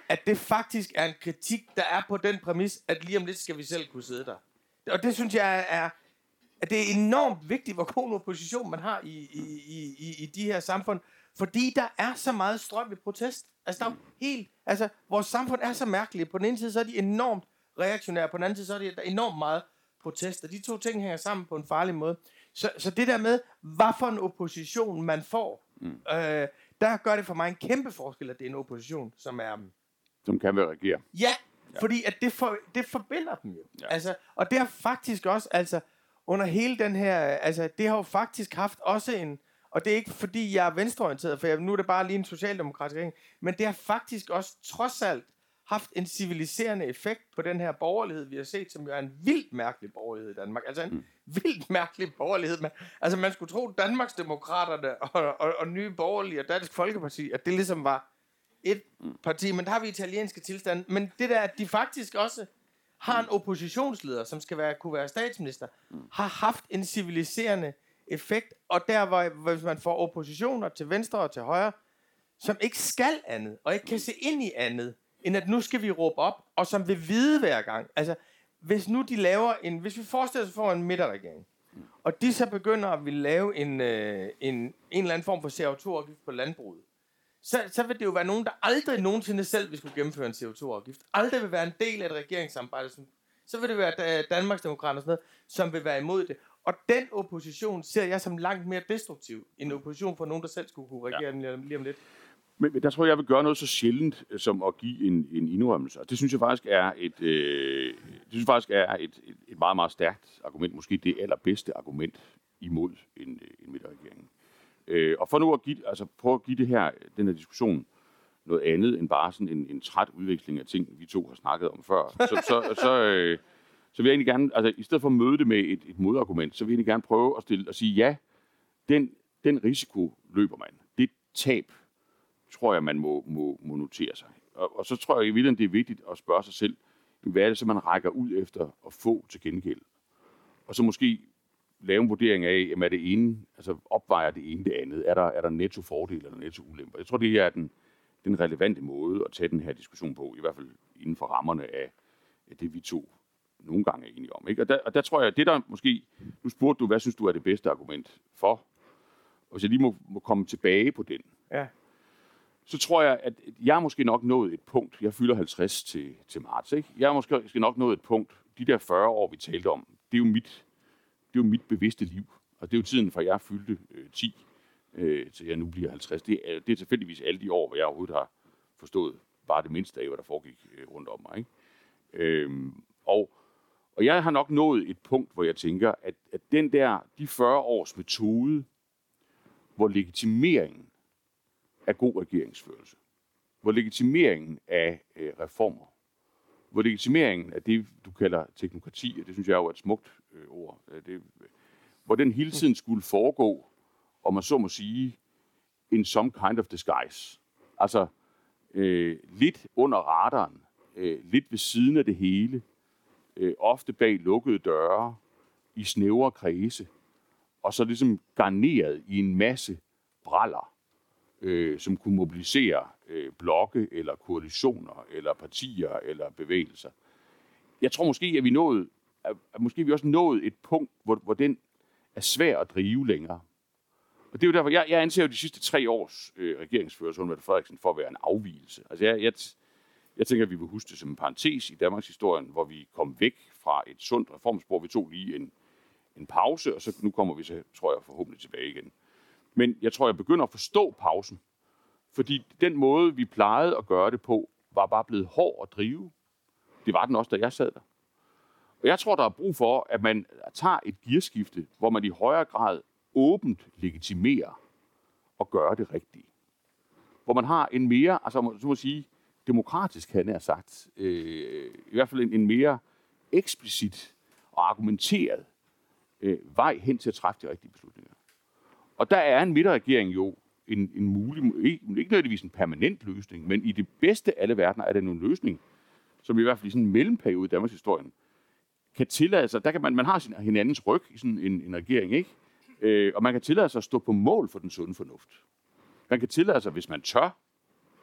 Speaker 2: at det faktisk er en kritik, der er på den præmis, at lige om lidt skal vi selv kunne sidde der. Og det synes jeg at det er enormt vigtigt, hvor god en opposition man har i de her samfund, fordi der er så meget strøm i protest. Altså, der er vores samfund er så mærkeligt. På den ene side, så er de enormt reaktionære, på den anden side, så er der enormt meget protest, og de to ting hænger sammen på en farlig måde. Så det der med, hvad for en opposition man får, der gør det for mig en kæmpe forskel, at det er en opposition, som
Speaker 3: kan være regere.
Speaker 2: Ja, fordi at det forbinder dem jo.
Speaker 3: Ja.
Speaker 2: Altså, og det har faktisk også, under hele den her, det har jo faktisk haft også og det er ikke fordi, jeg er venstreorienteret, for nu er det bare lige en socialdemokratisk regering, men det har faktisk også trods alt haft en civiliserende effekt på den her borgerlighed, vi har set, som jo er en vildt mærkelig borgerlighed i Danmark. Altså en vildt mærkelig borgerlighed. Man skulle tro, Danmarksdemokraterne og Nye Borgerlige og Dansk Folkeparti, at det ligesom var et parti, men der har vi italienske tilstande. Men det der, at de faktisk også har en oppositionsleder, som kunne være statsminister, har haft en civiliserende effekt, og der hvor hvis man får oppositioner til venstre og til højre, som ikke skal andet, og ikke kan se ind i andet, end at nu skal vi råbe op, og som vil vide hver gang. Altså, hvis nu de laver hvis vi forestiller os for en midterregering, og de så begynder at ville lave en eller anden form for CO2-afgift på landbruget, så vil det jo være nogen, der aldrig nogensinde selv vil skulle gennemføre en CO2-afgift. Aldrig vil være en del af et regeringssamarbejde. Så vil det være Danmarksdemokraterne og sådan noget, som vil være imod det. Og den opposition ser jeg som langt mere destruktiv, end opposition for nogen, der selv skulle kunne regere lige om lidt.
Speaker 3: Men der tror jeg vil gøre noget så sjældent, som at give en indrømmelse. Og det synes jeg faktisk er et meget, meget stærkt argument. Måske det allerbedste argument imod en midterregering. Og for nu at prøve at give den her diskussion noget andet end bare sådan en træt udveksling af ting, vi to har snakket om før, så vil jeg egentlig gerne, i stedet for at møde det med et modargument, så vil jeg egentlig gerne prøve at sige, ja, den risiko løber man. Det tab, tror jeg, man må notere sig. Og så tror jeg i virkeligheden, det er vigtigt at spørge sig selv, hvad er det så, man rækker ud efter at få til gengæld? Og så måske lave en vurdering af, jamen er det ene, opvejer det ene det andet? Er der netto fordel eller netto ulemper? Jeg tror, det er den relevante måde at tage den her diskussion på, i hvert fald inden for rammerne af det, vi to nogle gange er enige om. Ikke? Og der tror jeg, det der måske, nu spurgte du, hvad synes du er det bedste argument for? Og hvis jeg lige må komme tilbage på den, så tror jeg, at jeg er måske nok nået et punkt, jeg fylder 50 til marts, ikke? Jeg er måske nok nået et punkt, de der 40 år, vi talte om, det er jo mit bevidste liv. Og det er jo tiden fra, jeg fyldte 10, til jeg nu bliver 50. Det er tilfældigvis alle de år, hvor jeg overhovedet har forstået bare det mindste af, hvad der foregik rundt om mig. Ikke? Og jeg har nok nået et punkt, hvor jeg tænker, at de 40 års metode, hvor legitimeringen af god regeringsførelse, hvor legitimeringen af reformer, hvor legitimeringen af det, du kalder teknokrati, og det synes jeg jo er et smukt ord, hvor den hele tiden skulle foregå, og man så må sige, in some kind of disguise. Altså, lidt under radaren, lidt ved siden af det hele, ofte bag lukkede døre, i snævre kredse, og så ligesom garneret i en masse braller, som kunne mobilisere blokke, eller koalitioner, eller partier, eller bevægelser. Jeg tror måske, at vi også nået et punkt, hvor den er svær at drive længere. Og det er jo derfor, jeg anser jo de sidste 3 års regeringsførelse under Mette Frederiksen for at være en afvigelse. Altså jeg tænker, at vi vil huske det som en parentes i Danmarks historien, hvor vi kom væk fra et sundt reformspor. Vi tog lige en pause, og så nu kommer vi så, tror jeg, forhåbentlig tilbage igen. Men jeg tror, jeg begynder at forstå pausen, fordi den måde, vi plejede at gøre det på, var bare blevet hård at drive. Det var den også, da jeg sad der. Og jeg tror, der er brug for, at man tager et gearskifte, hvor man i højere grad åbent legitimerer og gør det rigtige. Hvor man har en mere, så må sige, demokratisk, han er sagt, i hvert fald en mere eksplicit og argumenteret vej hen til at træffe de rigtige beslutninger. Og der er en midterregering jo en mulig, ikke nødvendigvis en permanent løsning, men i det bedste af alle verdener er det en løsning, som i hvert fald i sådan en mellemperiode i Danmarks historien kan tillade sig, der kan man har hinandens ryg i sådan en regering, ikke? Og man kan tillade sig at stå på mål for den sunde fornuft. Man kan tillade sig, hvis man tør,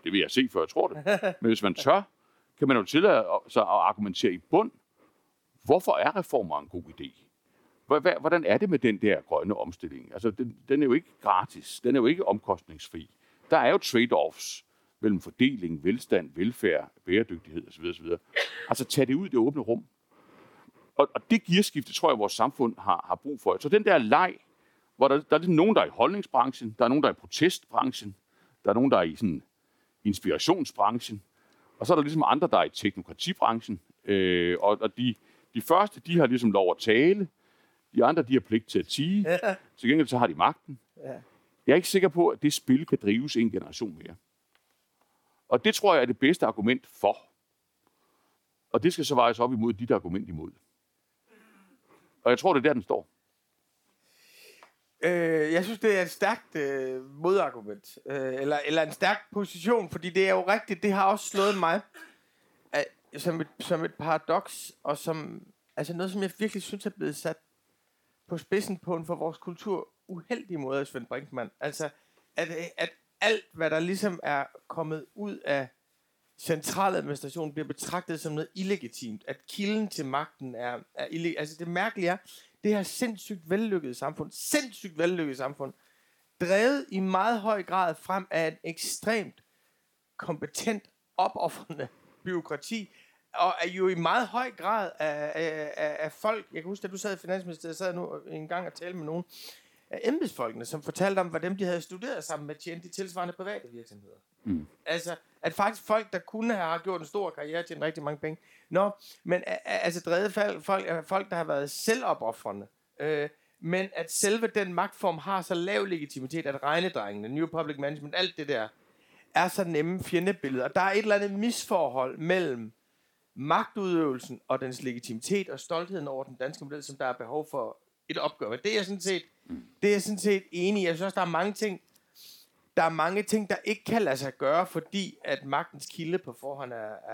Speaker 3: det vil jeg se, før jeg tror det. Men hvis man tør, kan man jo tillade sig at argumentere i bund. Hvorfor er reformer en god idé? Hvordan er det med den der grønne omstilling? Altså, den er jo ikke gratis. Den er jo ikke omkostningsfri. Der er jo trade-offs mellem fordeling, velstand, velfærd, bæredygtighed osv. osv. Altså, tag det ud i det åbne rum. Og det gearskifte, tror jeg, vores samfund har brug for. Så den der leg, hvor der er nogen, der er i holdningsbranchen, der er nogen, der er i protestbranchen, der er nogen, der er i sådan inspirationsbranchen, og så er der ligesom andre, der er i teknokratibranchen. Og de første, de har ligesom lov at tale, de andre, de har pligt til at tie. Ja. Til gengæld så har de magten. Ja. Jeg er ikke sikker på, at det spil kan drives en generation mere. Og det tror jeg er det bedste argument for. Og det skal så vejes op imod dit argument imod. Og jeg tror, det er der, den står.
Speaker 2: Jeg synes, det er et stærkt modargument. Eller en stærk position, fordi det er jo rigtigt. Det har også slået mig som et paradoks, og som altså noget, som jeg virkelig synes er blevet sat på spidsen på en for vores kultur uheldig måde af Svend Brinkmann. Altså, at alt, hvad der ligesom er kommet ud af centraladministrationen, bliver betragtet som noget illegitimt. At kilden til magten er illegitimt. Altså, det mærkelige er, det her sindssygt vellykket samfund, drevet i meget høj grad frem af et ekstremt kompetent, opoffrende byråkrati, og er jo i meget høj grad af folk. Jeg kan huske, at du sad i Finansministeriet, sad nu en gang og talte med nogen af embedsfolkene, som fortalte om, hvordan de havde studeret sammen med tjente de tilsvarende private virksomheder. Mm. Altså, at faktisk folk, der kunne have gjort en stor karriere, tjent rigtig mange penge. Men altså drevet folk, der har været selvopoffrende. Men at selve den magtform har så lav legitimitet, at regnedrengene, New Public Management, alt det der, er så nemme fjendebilleder. Og der er et eller andet misforhold mellem magtudøvelsen og dens legitimitet og stoltheden over den danske model, som der er behov for et opgør. Det er jeg sådan set enig i. Jeg synes også, der er mange ting, der ikke kan lade sig gøre, fordi at magtens kilde på forhånd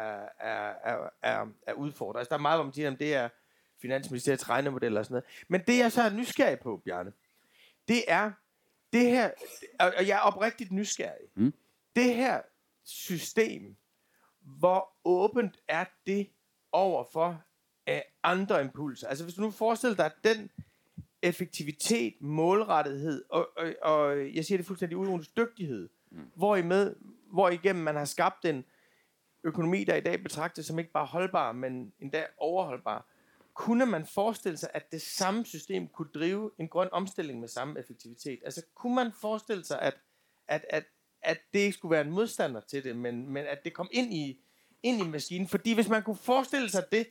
Speaker 2: er udfordret. Altså, der er meget, hvor man siger, at det er Finansministeriets regnemodel og sådan noget. Men det, jeg så er nysgerrig på, Bjarne, det er det her, og jeg er oprigtigt nysgerrig. Det her system, hvor åbent er det overfor andre impulser? Altså, hvis du nu forestiller dig, at den effektivitet, målrettighed og jeg siger det fuldstændig uironisk, dygtighed, hvorigennem man har skabt en økonomi, der i dag betragtes som ikke bare holdbar, men endda overholdbar. Kunne man forestille sig, at det samme system kunne drive en grøn omstilling med samme effektivitet? Altså, kunne man forestille sig, at det ikke skulle være en modstander til det, men at det kom ind i maskinen? Fordi hvis man kunne forestille sig det,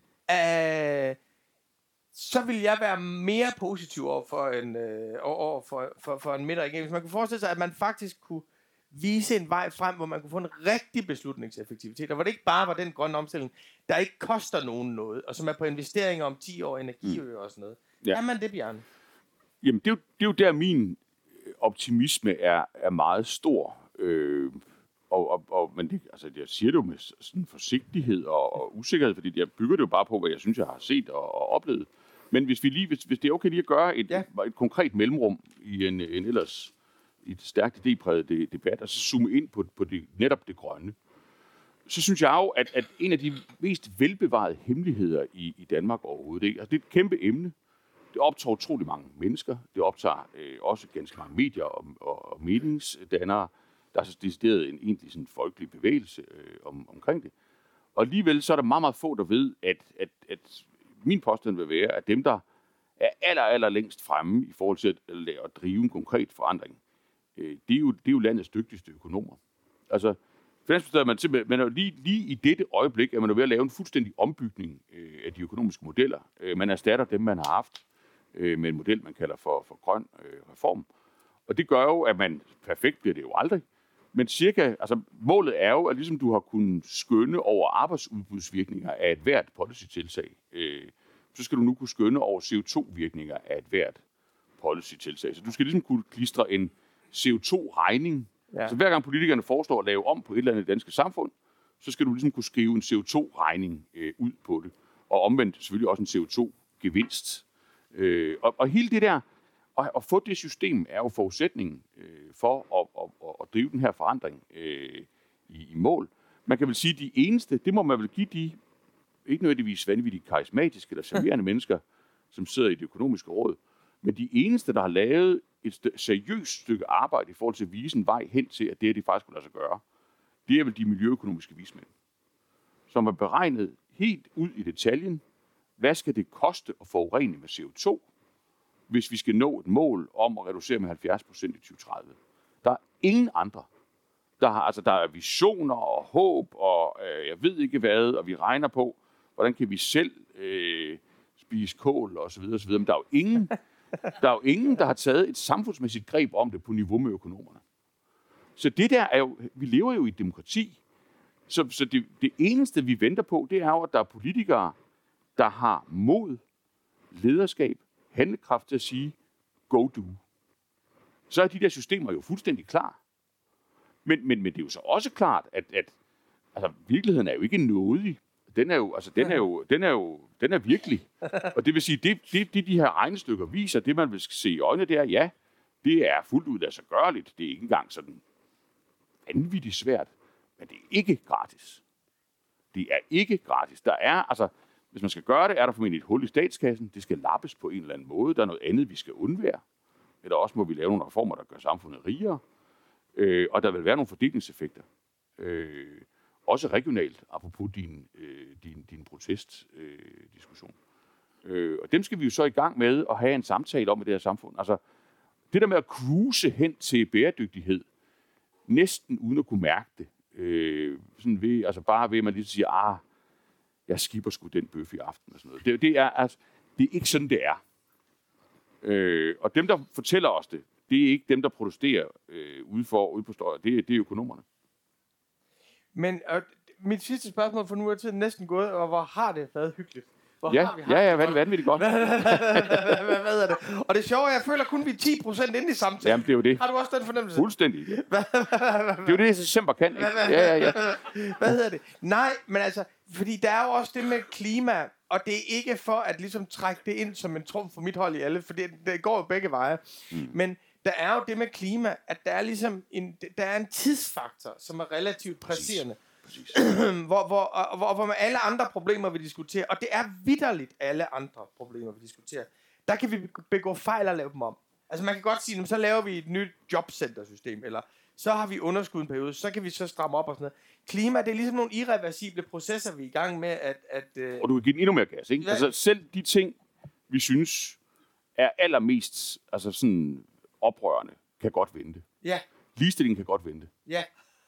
Speaker 2: så vil jeg være mere positiv over for en midterregering. Hvis man kunne forestille sig, at man faktisk kunne vise en vej frem, hvor man kunne få en rigtig beslutningseffektivitet, og hvor det ikke bare var den grønne omstilling, der ikke koster nogen noget, og som er på investeringer om 10 år, energiøer og sådan noget. Ja. Er man det, Bjarne?
Speaker 3: Jamen, det er jo der min optimisme er meget stor. Men det, altså, jeg siger det jo med sådan forsigtighed og usikkerhed, fordi jeg bygger det jo bare på, hvad jeg synes, jeg har set og oplevet. Men hvis det er okay lige at gøre et konkret mellemrum i en ellers i et stærkt idépræget debat, og så zoome ind på netop det grønne, så synes jeg jo, at en af de mest velbevarede hemmeligheder i Danmark overhovedet, ikke? Altså, det er et kæmpe emne. Det optager utrolig mange mennesker. Det optager også ganske mange medier og meningsdannere. Der er så decideret en egentlig sådan folkelig bevægelse omkring det. Og alligevel så er der meget, meget få, der ved, at min påstand vil være, at dem, der er aller længst fremme i forhold til at drive en konkret forandring, det er jo landets dygtigste økonomer. Altså, Finansministeriet, man er lige i dette øjeblik, at man er ved at lave en fuldstændig ombygning af de økonomiske modeller. Man erstatter dem, man har haft, med en model, man kalder for grøn reform. Og det gør jo, at man perfekt bliver det jo aldrig. Men målet er jo, at ligesom du har kunnet skønne over arbejdsudbudsvirkninger af et hvert policy-tiltag, så skal du nu kunne skønne over CO2-virkninger af et hvert policy-tiltag. Så du skal ligesom kunne klistre en CO2-regning. Ja. Så hver gang politikerne foreslår at lave om på et eller andet danske samfund, så skal du ligesom kunne skrive en CO2-regning ud på det. Og omvendt selvfølgelig også en CO2-gevinst. Og hele det der, at få det system, er jo forudsætningen for at drive den her forandring i mål. Man kan vel sige, at de eneste, det må man vel give de, ikke nødvendigvis vanvittigt karismatiske eller charmerende mennesker, som sidder i det økonomiske råd, men de eneste, der har lavet et seriøst stykke arbejde i forhold til at vise en vej hen til, at det her de faktisk kunne lade sig gøre, det er vel de miljøøkonomiske vismænd, som har beregnet helt ud i detaljen, hvad skal det koste at forurene med CO2, hvis vi skal nå et mål om at reducere med 70% i 2030. Der er ingen andre. Der er visioner og håb, og jeg ved ikke hvad, og vi regner på, hvordan kan vi selv spise kål og så videre, men der er jo ingen, der har taget et samfundsmæssigt greb om det på niveau med økonomerne. Så det der er jo, vi lever jo i et demokrati, så det eneste, vi venter på, det er jo, at der er politikere, der har mod, lederskab, handlekraft til at sige, go do. Så er de der systemer jo fuldstændig klar. Men det er jo så også klart, at altså, virkeligheden er jo ikke nådig. Den er virkelig. Og det vil sige, det de her regnestykker viser, det man vil se i øjnene, det er, ja, det er fuldt ud lade sig gørligt. Det er ikke engang sådan vanvittigt svært, men det er ikke gratis. Det er ikke gratis. Der er, altså, hvis man skal gøre det, er der formentlig et hul i statskassen. Det skal lappes på en eller anden måde. Der er noget andet, vi skal undvære. Eller også må vi lave nogle reformer, der gør samfundet rigere. Og der vil være nogle fordelingseffekter. Også regionalt, apropos din protestdiskussion. Og dem skal vi jo så i gang med at have en samtale om i det her samfund. Altså, det der med at cruise hen til bæredygtighed, næsten uden at kunne mærke det, sådan ved, altså bare ved, at man lige siger, jeg skipper sgu den bøf i aften og sådan noget. Det er ikke sådan, det er. Og dem, der fortæller os det, det er ikke dem, der protesterer ude på støjet. Det er økonomerne.
Speaker 2: Men mit sidste spørgsmål, for nu er tiden næsten gået, og hvor har det været hyggeligt.
Speaker 3: Vanvittigt godt.
Speaker 2: Hvad er det? Og det sjove er, jeg føler kun vi er 10% inde i samtalen.
Speaker 3: Jamen, det er jo det.
Speaker 2: Har du også den fornemmelse?
Speaker 3: Fuldstændig. Det er jo det, december kan. Ja.
Speaker 2: Hvad hedder det? Nej, men altså, fordi der er jo også det med klima, og det er ikke for at ligesom trække det ind som en trumf for mit hold i alle, for det går jo begge veje. Men der er jo det med klima, at der er ligesom der er en tidsfaktor, som er relativt presserende.
Speaker 3: Præcis.
Speaker 2: hvor med alle andre problemer, vi diskuterer, og det er vitterligt alle andre problemer, vi diskuterer, der kan vi begå fejl og lave dem om. Altså man kan godt sige, så laver vi et nyt jobcentersystem, eller så har vi underskud en periode, så kan vi så stramme op og sådan noget. Klima, det er ligesom nogle irreversible processer, vi er i gang med at
Speaker 3: Og du kan give den endnu mere gas, ikke? Altså selv de ting, vi synes er allermest altså sådan oprørende, kan godt vente.
Speaker 2: Ja.
Speaker 3: Ligestillingen kan godt vente.
Speaker 2: Ja.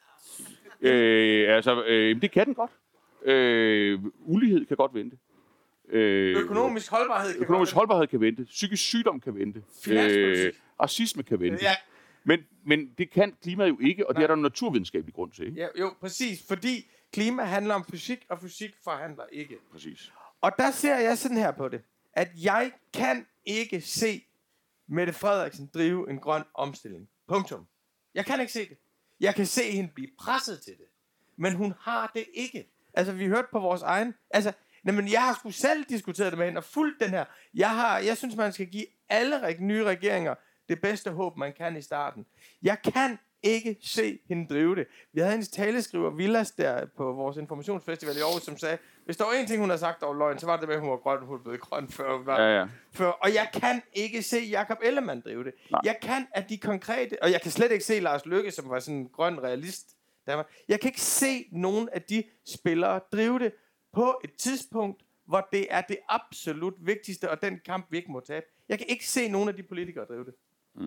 Speaker 3: Det kan den godt. Ulighed kan godt vente.
Speaker 2: Økonomisk
Speaker 3: holdbarhed kan vente. Psykisk sygdom kan vente. Racisme kan vente.
Speaker 2: Ja.
Speaker 3: Men det kan klimaet jo ikke, og det er der en naturvidenskabelig grund til. Ikke?
Speaker 2: Ja, jo, præcis. Fordi klima handler om fysik, og fysik forhandler ikke.
Speaker 3: Præcis.
Speaker 2: Og der ser jeg sådan her på det, at jeg kan ikke se Mette Frederiksen drive en grøn omstilling. Punktum. Jeg kan ikke se det. Jeg kan se hende blive presset til det. Men hun har det ikke. Altså, vi hørte på vores egen... Altså, jeg har sgu selv diskuteret det med hende og fulgt den her. Jeg synes, man skal give alle nye regeringer det bedste håb, man kan i starten. Jeg kan ikke se hende drive det. Vi havde hendes taleskriver, Villas, der på vores informationsfestival i Aarhus, som sagde, hvis der var en ting, hun havde sagt, der var løgn, så var det med, at hun var grøn. Hun blev grøn før. Og jeg kan ikke se Jakob Ellemann drive det. Nej. Jeg kan, at de konkrete... Og jeg kan slet ikke se Lars Løkke, som var sådan en grøn realist. Jeg kan ikke se nogen af de spillere drive det på et tidspunkt, hvor det er det absolut vigtigste, og den kamp, vi ikke må tabe. Jeg kan ikke se nogen af de politikere drive det.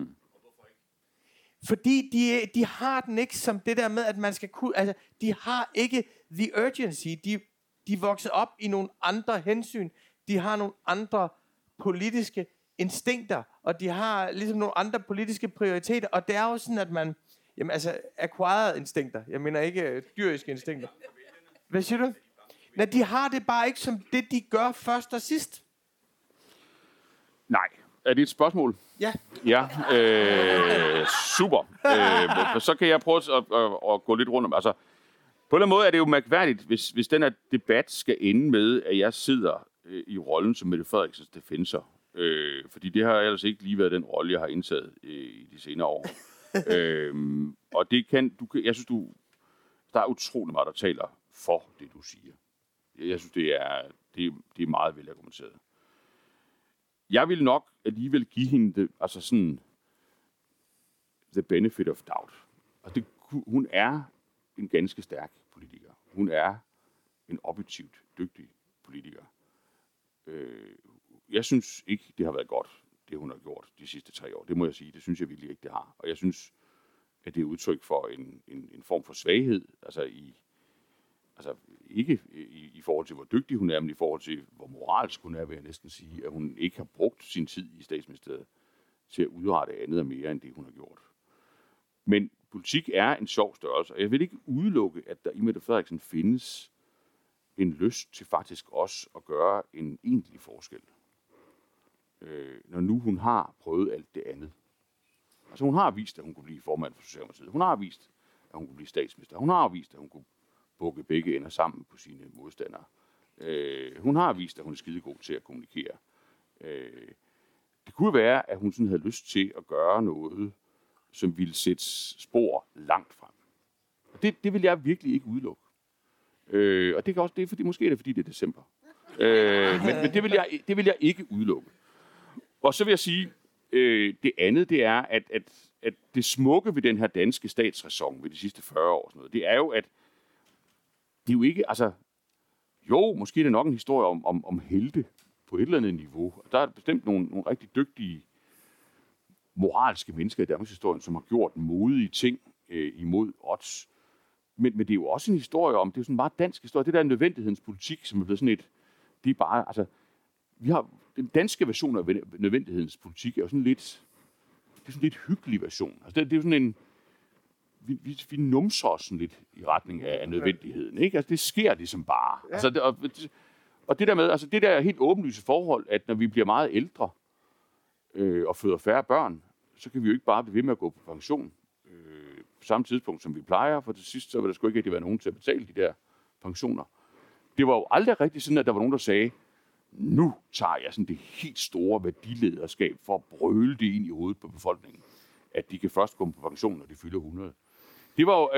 Speaker 2: Fordi de har den ikke som det der med, at man skal kunne... Altså, de har ikke the urgency. De er vokset op i nogle andre hensyn. De har nogle andre politiske instinkter, og de har ligesom nogle andre politiske prioriteter. Og det er jo sådan, at man... Jamen altså, acquired instinkter. Jeg mener ikke dyriske instinkter. Hvad siger du? Nej, de har det bare ikke som det, de gør først og sidst.
Speaker 3: Nej. Er det et spørgsmål?
Speaker 2: Ja.
Speaker 3: Ja, super. Så kan jeg prøve at gå lidt rundt om. Altså, på en eller anden måde er det jo mærkværdigt, hvis den her debat skal ende med, at jeg sidder i rollen som Mette Frederiksens defensor. Fordi det har ellers ikke lige været den rolle, jeg har indtaget i de senere år. Og det kan, jeg synes, der er utrolig meget, der taler for det, du siger. Jeg synes, det er meget velargumenteret. Jeg vil nok alligevel give hende det, altså sådan the benefit of doubt. Altså hun er en ganske stærk politiker. Hun er en objektivt dygtig politiker. Jeg synes ikke, det har været godt, det hun har gjort de sidste 3 år. Det må jeg sige. Det synes jeg virkelig ikke, det har. Og jeg synes, at det er udtryk for en form for svaghed. Altså ikke i forhold til, hvor dygtig hun er, men i forhold til, hvor moralsk hun er, vil jeg næsten sige, at hun ikke har brugt sin tid i statsministeriet til at udrette andet og mere, end det hun har gjort. Men politik er en sjov størrelse, og jeg vil ikke udelukke, at der i Mette Frederiksen findes en lyst til faktisk også at gøre en egentlig forskel. Når nu hun har prøvet alt det andet. Altså hun har vist, at hun kunne blive formand for Socialdemokratiet. Hun har vist, at hun kunne blive statsminister. Hun har vist, at hun kunne bukke begge ender sammen på sine modstandere. Hun har vist, at hun er skidegod til at kommunikere. Det kunne være, at hun sådan havde lyst til at gøre noget, som ville sætte spor langt frem. Og det vil jeg virkelig ikke udelukke. Og det kan også, det er fordi, måske er det fordi, det er december. Men det vil jeg ikke udelukke. Og så vil jeg sige, det andet, det er, at det smukke ved den her danske statsræson ved de sidste 40 år, sådan noget, det er jo, at det er jo ikke, altså, jo, måske er det nok en historie om helte på et eller andet niveau. Der er bestemt nogle rigtig dygtige moralske mennesker i Danmarks historie, som har gjort modige ting imod odds. Men det er jo også en historie om, det er jo sådan meget dansk historie, det der nødvendighedens politik, som er blevet sådan et, det er bare, altså, vi har, den danske version af nødvendighedens politik er jo sådan lidt, det er sådan lidt hyggelig version. Altså det er jo sådan en, vi numser os sådan lidt i retning af nødvendigheden, ikke? Altså det sker ligesom bare. Ja. Altså, og det der med, altså det der helt åbenlyse forhold, at når vi bliver meget ældre og føder færre børn, så kan vi jo ikke bare blive ved med at gå på pension på samme tidspunkt, som vi plejer, for til sidst så vil der sgu ikke rigtig være nogen til at betale de der pensioner. Det var jo aldrig rigtigt sådan, at der var nogen, der sagde, nu tager jeg sådan det helt store værdilederskab for at brøle det ind i hovedet på befolkningen, at de kan først komme på pension, når de fylder 100. Det var jo,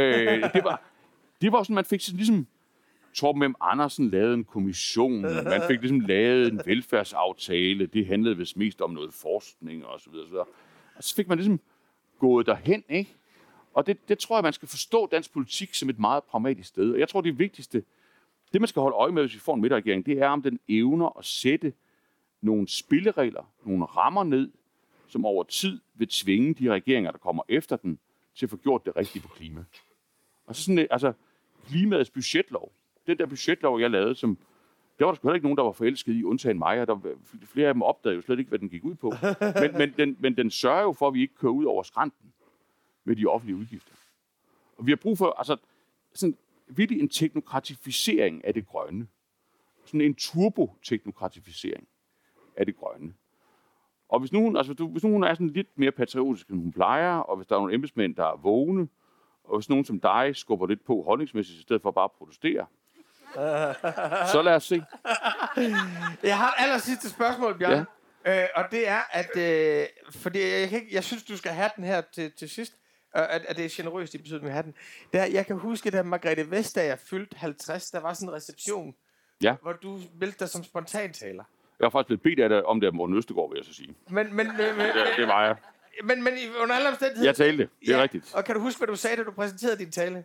Speaker 3: det var sådan, man fik sådan ligesom, Torben M. Andersen lavede en kommission, man fik ligesom lavet en velfærdsaftale, det handlede vist mest om noget forskning og så videre. Og så fik man ligesom gået derhen, ikke? Og det tror jeg, man skal forstå dansk politik som et meget pragmatisk sted. Og jeg tror, det vigtigste, det man skal holde øje med, hvis vi får en midterregering, det er, om den evner at sætte nogle spilleregler, nogle rammer ned, som over tid vil tvinge de regeringer, der kommer efter den, til at få gjort det rigtigt på klima. Og så sådan, altså, klimaets budgetlov, den der budgetlov, jeg lavede, som, der var der sgu heller ikke nogen, der var forelsket i, undtagen mig, og flere af dem opdagede jo slet ikke, hvad den gik ud på. Men den sørger jo for, at vi ikke kører ud over skrænten med de offentlige udgifter. Og vi har brug for, altså, sådan virkelig en teknokratificering af det grønne. Sådan en turboteknokratificering af det grønne. Og hvis nu hun er sådan lidt mere patriotisk, end hun plejer, og hvis der er nogle embedsmænd, der er vågne, og hvis nogen som dig skubber lidt på holdningsmæssigt, i stedet for bare at protestere, så lad os se.
Speaker 2: Jeg har et aller sidste spørgsmål, Bjørn. Ja. Og det er, at fordi jeg synes, du skal have den her til sidst. At det er generøst i betydning med hatten. Jeg kan huske, da Margrethe Vestager fyldte 50, der var sådan en reception, hvor du meldte dig som spontantaler.
Speaker 3: Jeg har faktisk blevet bedt af dig om det af Morten Østergaard, vil jeg så sige.
Speaker 2: Men
Speaker 3: det var jeg.
Speaker 2: Men under alle omstændigheder...
Speaker 3: Jeg talte det er rigtigt.
Speaker 2: Og kan du huske, hvad du sagde, da du præsenterede din tale?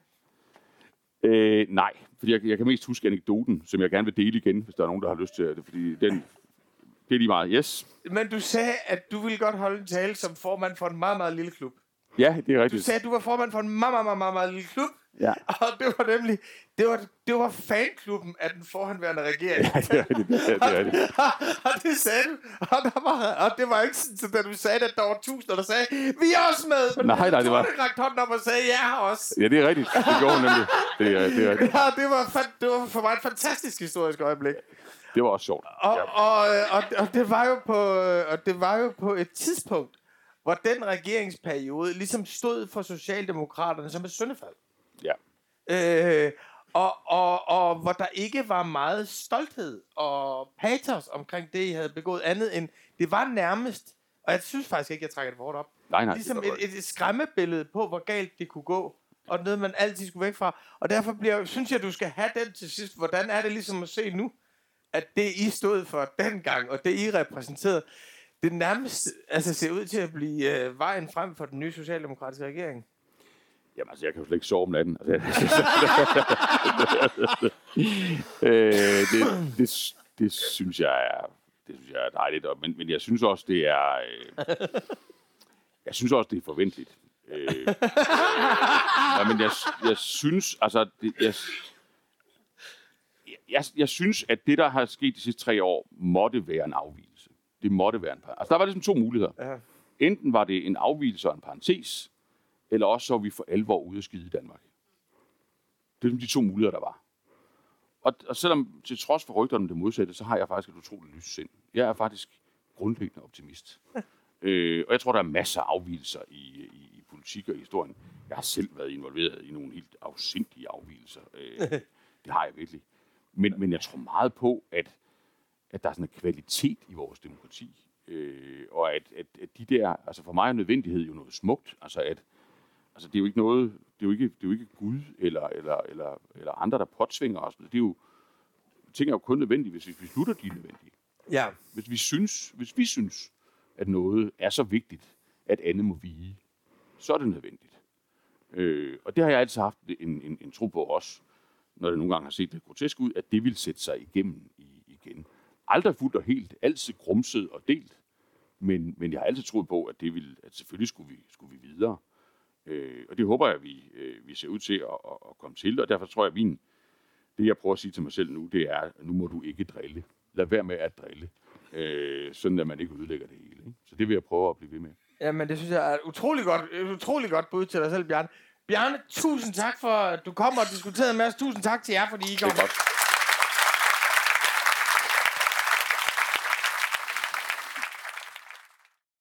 Speaker 3: Nej, fordi jeg kan mest huske anekdoten, som jeg gerne vil dele igen, hvis der er nogen, der har lyst til det, fordi det er lige meget. Yes.
Speaker 2: Men du sagde, at du ville godt holde en tale som formand for en meget, meget lille klub.
Speaker 3: Ja, det er rigtigt.
Speaker 2: Du sagde, at du var formand for en meget, meget, meget, meget lille klub.
Speaker 3: Ja.
Speaker 2: Og det var nemlig, det var fanklubben af den forhenværende regering.
Speaker 3: Ja, det er rigtigt.
Speaker 2: Og det sagde du. Og det var ikke sådan, at du sagde, at der var 1000, der sagde, vi er også med. Men
Speaker 3: nej, det var...
Speaker 2: Du rakte hånden op og sagde, jeg har også.
Speaker 3: Ja, det er rigtigt. Det gjorde hun nemlig. Det er rigtigt.
Speaker 2: Ja, det var for mig et fantastisk historisk øjeblik.
Speaker 3: Det var også sjovt.
Speaker 2: Og det var jo på et tidspunkt, hvor den regeringsperiode ligesom stod for Socialdemokraterne som et syndefald.
Speaker 3: Ja.
Speaker 2: Og hvor der ikke var meget stolthed og patos omkring det, I havde begået andet end, det var nærmest, og jeg synes faktisk ikke, jeg trækker det for hårdt op,
Speaker 3: nej,
Speaker 2: ligesom et skræmmebillede på, hvor galt det kunne gå, og noget, man altid skulle væk fra. Og derfor synes jeg, du skal have den til sidst. Hvordan er det ligesom at se nu, at det, I stod for dengang, og det, I repræsenterede, det nærmest ser ud til at blive vejen frem for den nye socialdemokratiske regering?
Speaker 3: Jamen, altså, jeg kan jo slet ikke sove om natten. Det synes jeg er dejligt. Men jeg synes også, det er... Jeg synes også, det er forventeligt. Men jeg synes, altså... Jeg synes, at det, der har sket de sidste 3 år, måtte være en afvigelse. Det måtte være en parentes. Altså, der var ligesom 2 muligheder. Ja. Enten var det en afvigelse og en parentes, eller også så var vi for alvor ude at skide i Danmark. Det er de 2 muligheder, der var. Og selvom til trods for rygterne om det modsatte, så har jeg faktisk et utroligt lyst sind. Jeg er faktisk grundlæggende optimist. Og jeg tror, der er masser af afvigelser i politik og i historien. Jeg har selv været involveret i nogle helt afsindige afvigelser. Det har jeg virkelig. Men jeg tror meget på, at der er sådan en kvalitet i vores demokrati. Og at de der, altså for mig er nødvendighed jo noget smukt. Altså det er jo ikke noget, det er jo ikke Gud eller andre, der påtvinger os. Det er jo, ting er jo kun nødvendige, hvis vi beslutter, de er nødvendige.
Speaker 2: Ja.
Speaker 3: Hvis vi synes, at noget er så vigtigt, at andet må vige, så er det nødvendigt. Og det har jeg altid haft en tro på også, når det nogle gange har set lidt grotesk ud, at det vil sætte sig igennem igen. Aldrig fuldt og helt, altid grumset og delt, men jeg har altid troet på, at at selvfølgelig skulle vi videre. Og det håber jeg, at vi ser ud til at komme til, og derfor tror jeg, at det jeg prøver at sige til mig selv nu, det er, at nu må du ikke drille. Lad være med at drille, sådan at man ikke ødelægger det hele. Ikke? Så det vil jeg prøve at blive ved med.
Speaker 2: Jamen, det synes jeg er et utrolig godt bud til dig selv, Bjarne. Bjarne, tusind tak for, at du kom og diskuterede med os. Tusind tak til jer, fordi I kom.